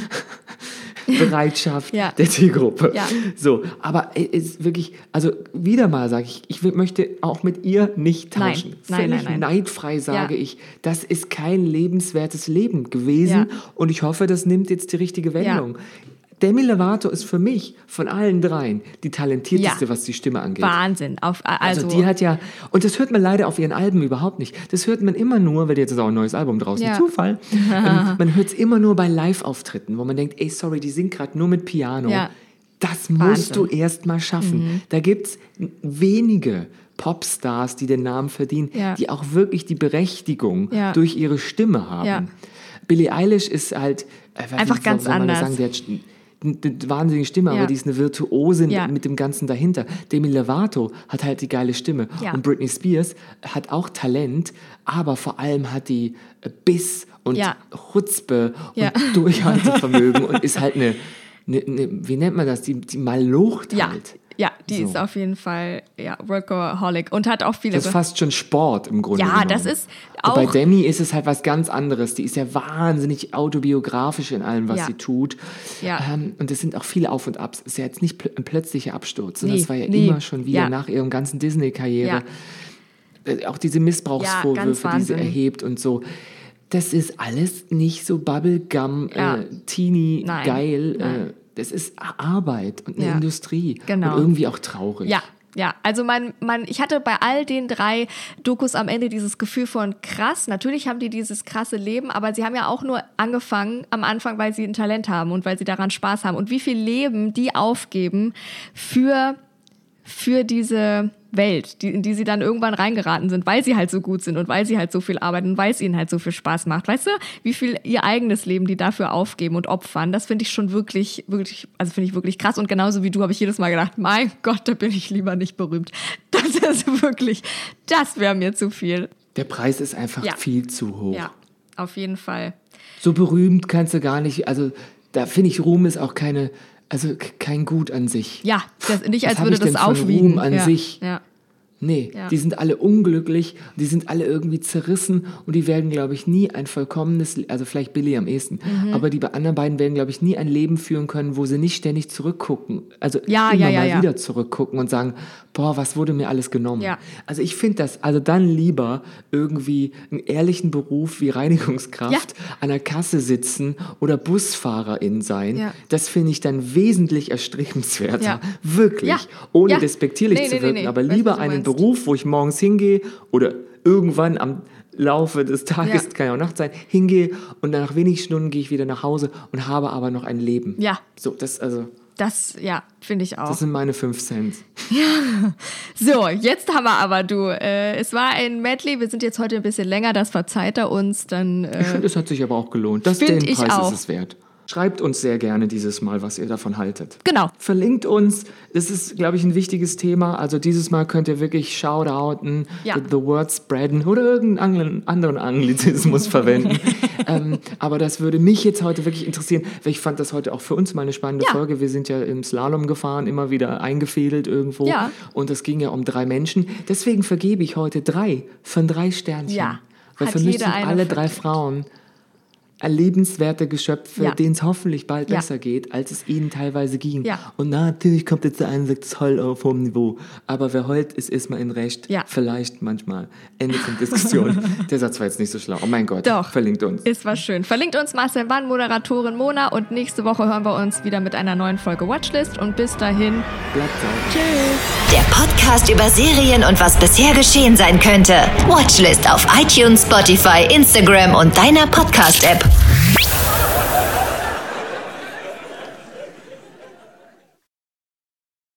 Speaker 2: Bereitschaft
Speaker 3: ja.
Speaker 2: der Zielgruppe.
Speaker 3: Ja.
Speaker 2: So, aber es ist wirklich, also wieder mal sage ich, ich möchte auch mit ihr nicht tauschen.
Speaker 3: Nein, nein,
Speaker 2: Völlig
Speaker 3: nein, nein.
Speaker 2: neidfrei sage
Speaker 3: Ja.
Speaker 2: ich, das ist kein lebenswertes Leben gewesen
Speaker 3: Ja.
Speaker 2: und ich hoffe, das nimmt jetzt die richtige Wendung. Ja. Demi Lovato ist für mich von allen dreien die talentierteste,
Speaker 3: Ja.
Speaker 2: was die Stimme angeht.
Speaker 3: Wahnsinn. Auf, also,
Speaker 2: Also die hat ja, und das hört man leider auf ihren Alben überhaupt nicht. Das hört man immer nur, weil jetzt ist auch ein neues Album draußen,
Speaker 3: Ja.
Speaker 2: Zufall. ähm, man hört es immer nur bei Live-Auftritten, wo man denkt, ey, sorry, die singt gerade nur mit Piano.
Speaker 3: Ja.
Speaker 2: Das musst
Speaker 3: Wahnsinn.
Speaker 2: du erst mal schaffen.
Speaker 3: Mhm.
Speaker 2: Da gibt es wenige Popstars, die den Namen verdienen,
Speaker 3: Ja.
Speaker 2: die auch wirklich die Berechtigung
Speaker 3: Ja.
Speaker 2: durch ihre Stimme haben.
Speaker 3: Ja.
Speaker 2: Billie Eilish ist halt äh, weiß
Speaker 3: Einfach
Speaker 2: nicht,
Speaker 3: ganz
Speaker 2: soll man das
Speaker 3: anders.
Speaker 2: Sagen, die hat eine eine wahnsinnige Stimme,
Speaker 3: Ja.
Speaker 2: aber die ist eine Virtuosin
Speaker 3: Ja.
Speaker 2: mit dem Ganzen dahinter. Demi Lovato hat halt die geile Stimme.
Speaker 3: Ja.
Speaker 2: Und Britney Spears hat auch Talent, aber vor allem hat die Biss und
Speaker 3: Ja.
Speaker 2: Chutzpe
Speaker 3: Ja.
Speaker 2: und Durchhaltevermögen und ist halt eine, eine, eine, wie nennt man das, die, die Malocht
Speaker 3: Ja.
Speaker 2: halt.
Speaker 3: Ja, die
Speaker 2: So.
Speaker 3: ist auf jeden Fall ja, Workaholic und hat auch viele...
Speaker 2: Das ist fast schon Sport im Grunde
Speaker 3: Ja,
Speaker 2: genommen.
Speaker 3: das ist
Speaker 2: Und bei
Speaker 3: auch...
Speaker 2: Demi ist es halt was ganz anderes. Die ist ja wahnsinnig autobiografisch in allem, was
Speaker 3: Ja.
Speaker 2: sie tut.
Speaker 3: Ja.
Speaker 2: Ähm, und es sind auch viele Auf und Abs. Es ist ja jetzt nicht pl- ein plötzlicher Absturz, sondern
Speaker 3: Nee,
Speaker 2: es war ja
Speaker 3: nee.
Speaker 2: immer schon wieder
Speaker 3: Ja.
Speaker 2: nach ihrem ganzen Disney-Karriere.
Speaker 3: Ja.
Speaker 2: Äh, Auch diese
Speaker 3: Ja,
Speaker 2: Missbrauchsvorwürfe,
Speaker 3: ganz
Speaker 2: die sie
Speaker 3: Wahnsinn.
Speaker 2: erhebt und so. Das ist alles nicht so Bubblegum,
Speaker 3: Ja.
Speaker 2: äh, teeny,
Speaker 3: Nein.
Speaker 2: geil.
Speaker 3: Nein.
Speaker 2: Äh, das ist Arbeit und eine
Speaker 3: Ja.
Speaker 2: Industrie.
Speaker 3: Genau.
Speaker 2: Und irgendwie auch traurig.
Speaker 3: Ja, ja, also man, man, ich hatte bei all den drei Dokus am Ende dieses Gefühl von krass. Natürlich haben die dieses krasse Leben, aber sie haben ja auch nur angefangen am Anfang, weil sie ein Talent haben und weil sie daran Spaß haben. Und wie viel Leben die aufgeben für, für diese Welt, die, in die sie dann irgendwann reingeraten sind, weil sie halt so gut sind und weil sie halt so viel arbeiten und weil es ihnen halt so viel Spaß macht. Weißt du, wie viel ihr eigenes Leben die dafür aufgeben und opfern, das finde ich schon wirklich, wirklich, also finde ich wirklich krass. Und genauso wie du habe ich jedes Mal gedacht, mein Gott, da bin ich lieber nicht berühmt. Das ist wirklich, das wäre mir zu viel.
Speaker 2: Der Preis ist einfach
Speaker 3: Ja.
Speaker 2: viel zu hoch.
Speaker 3: Ja, auf jeden Fall.
Speaker 2: So berühmt kannst du gar nicht, also da finde ich, Ruhm ist auch keine, also k- kein Gut an sich.
Speaker 3: Ja, das, nicht
Speaker 2: Was
Speaker 3: als
Speaker 2: hab
Speaker 3: würde
Speaker 2: ich denn
Speaker 3: das
Speaker 2: von
Speaker 3: aufwiegen.
Speaker 2: Ruhm an
Speaker 3: ja.
Speaker 2: sich?
Speaker 3: Ja.
Speaker 2: Nee,
Speaker 3: Ja.
Speaker 2: die sind alle unglücklich, die sind alle irgendwie zerrissen und die werden, glaube ich, nie ein vollkommenes, also vielleicht Billy am ehesten,
Speaker 3: Mhm.
Speaker 2: aber die anderen beiden werden, glaube ich, nie ein Leben führen können, wo sie nicht ständig zurückgucken, also
Speaker 3: Ja,
Speaker 2: immer
Speaker 3: ja, ja,
Speaker 2: mal
Speaker 3: ja.
Speaker 2: wieder zurückgucken und sagen, boah, was wurde mir alles genommen?
Speaker 3: Ja.
Speaker 2: Also ich finde das, also dann lieber irgendwie einen ehrlichen Beruf wie Reinigungskraft an der Kasse sitzen oder Busfahrerin sein,
Speaker 3: Ja.
Speaker 2: das finde ich dann wesentlich erstrebenswerter,
Speaker 3: Ja.
Speaker 2: wirklich,
Speaker 3: Ja.
Speaker 2: ohne
Speaker 3: Ja.
Speaker 2: despektierlich
Speaker 3: Nee,
Speaker 2: zu
Speaker 3: nee, nee,
Speaker 2: wirken,
Speaker 3: nee.
Speaker 2: aber
Speaker 3: Weiß, was
Speaker 2: lieber
Speaker 3: du
Speaker 2: einen
Speaker 3: meinst.
Speaker 2: Beruf, wo ich morgens hingehe oder irgendwann am Laufe des Tages,
Speaker 3: Ja.
Speaker 2: kann ja auch Nacht sein, hingehe und dann nach wenigen Stunden gehe ich wieder nach Hause und habe aber noch ein Leben.
Speaker 3: Ja.
Speaker 2: So, das, also,
Speaker 3: Das, ja, finde ich auch.
Speaker 2: das sind meine fünf Cent.
Speaker 3: So, jetzt haben wir aber du. Äh, es war ein Medley, wir sind jetzt heute ein bisschen länger, das verzeiht er uns. Dann, äh,
Speaker 2: Ich finde, es hat sich aber auch gelohnt. Das
Speaker 3: Find
Speaker 2: den
Speaker 3: ich
Speaker 2: Preis
Speaker 3: auch.
Speaker 2: ist es wert. Schreibt uns sehr gerne dieses Mal, was ihr davon haltet.
Speaker 3: Genau.
Speaker 2: Verlinkt uns. Das ist, glaube ich, ein wichtiges Thema. Also dieses Mal könnt ihr wirklich shoutouten,
Speaker 3: Ja.
Speaker 2: the, the word spreaden oder irgendeinen anderen Anglizismus verwenden. ähm, aber das würde mich jetzt heute wirklich interessieren, weil ich fand das heute auch für uns mal eine spannende
Speaker 3: Ja.
Speaker 2: Folge. Wir sind ja im Slalom gefahren, immer wieder eingefädelt irgendwo.
Speaker 3: Ja.
Speaker 2: Und es ging ja um drei Menschen. Deswegen vergebe ich heute drei von drei Sternchen.
Speaker 3: Ja.
Speaker 2: Weil
Speaker 3: Hat
Speaker 2: für mich
Speaker 3: jeder
Speaker 2: sind
Speaker 3: eine
Speaker 2: alle
Speaker 3: verdient.
Speaker 2: drei Frauen erlebenswerte Geschöpfe,
Speaker 3: Ja.
Speaker 2: denen es hoffentlich bald
Speaker 3: Ja.
Speaker 2: besser geht, als es ihnen teilweise ging.
Speaker 3: Ja.
Speaker 2: Und natürlich kommt jetzt der eine und sagt, es heult auf hohem Niveau. Aber wer heult, ist erstmal in Recht.
Speaker 3: Ja.
Speaker 2: Vielleicht manchmal. Ende von Diskussion. Der Satz war jetzt nicht so schlau. Oh mein Gott.
Speaker 3: Doch.
Speaker 2: Verlinkt uns.
Speaker 3: Ist was schön. Verlinkt uns Marcel Mann, Moderatorin Mona und nächste Woche hören wir uns wieder mit einer neuen Folge Watchlist und bis dahin.
Speaker 2: Bleibt sauber.
Speaker 3: Tschüss.
Speaker 1: Der Podcast über Serien und was bisher geschehen sein könnte. Watchlist auf iTunes, Spotify, Instagram und deiner Podcast-App.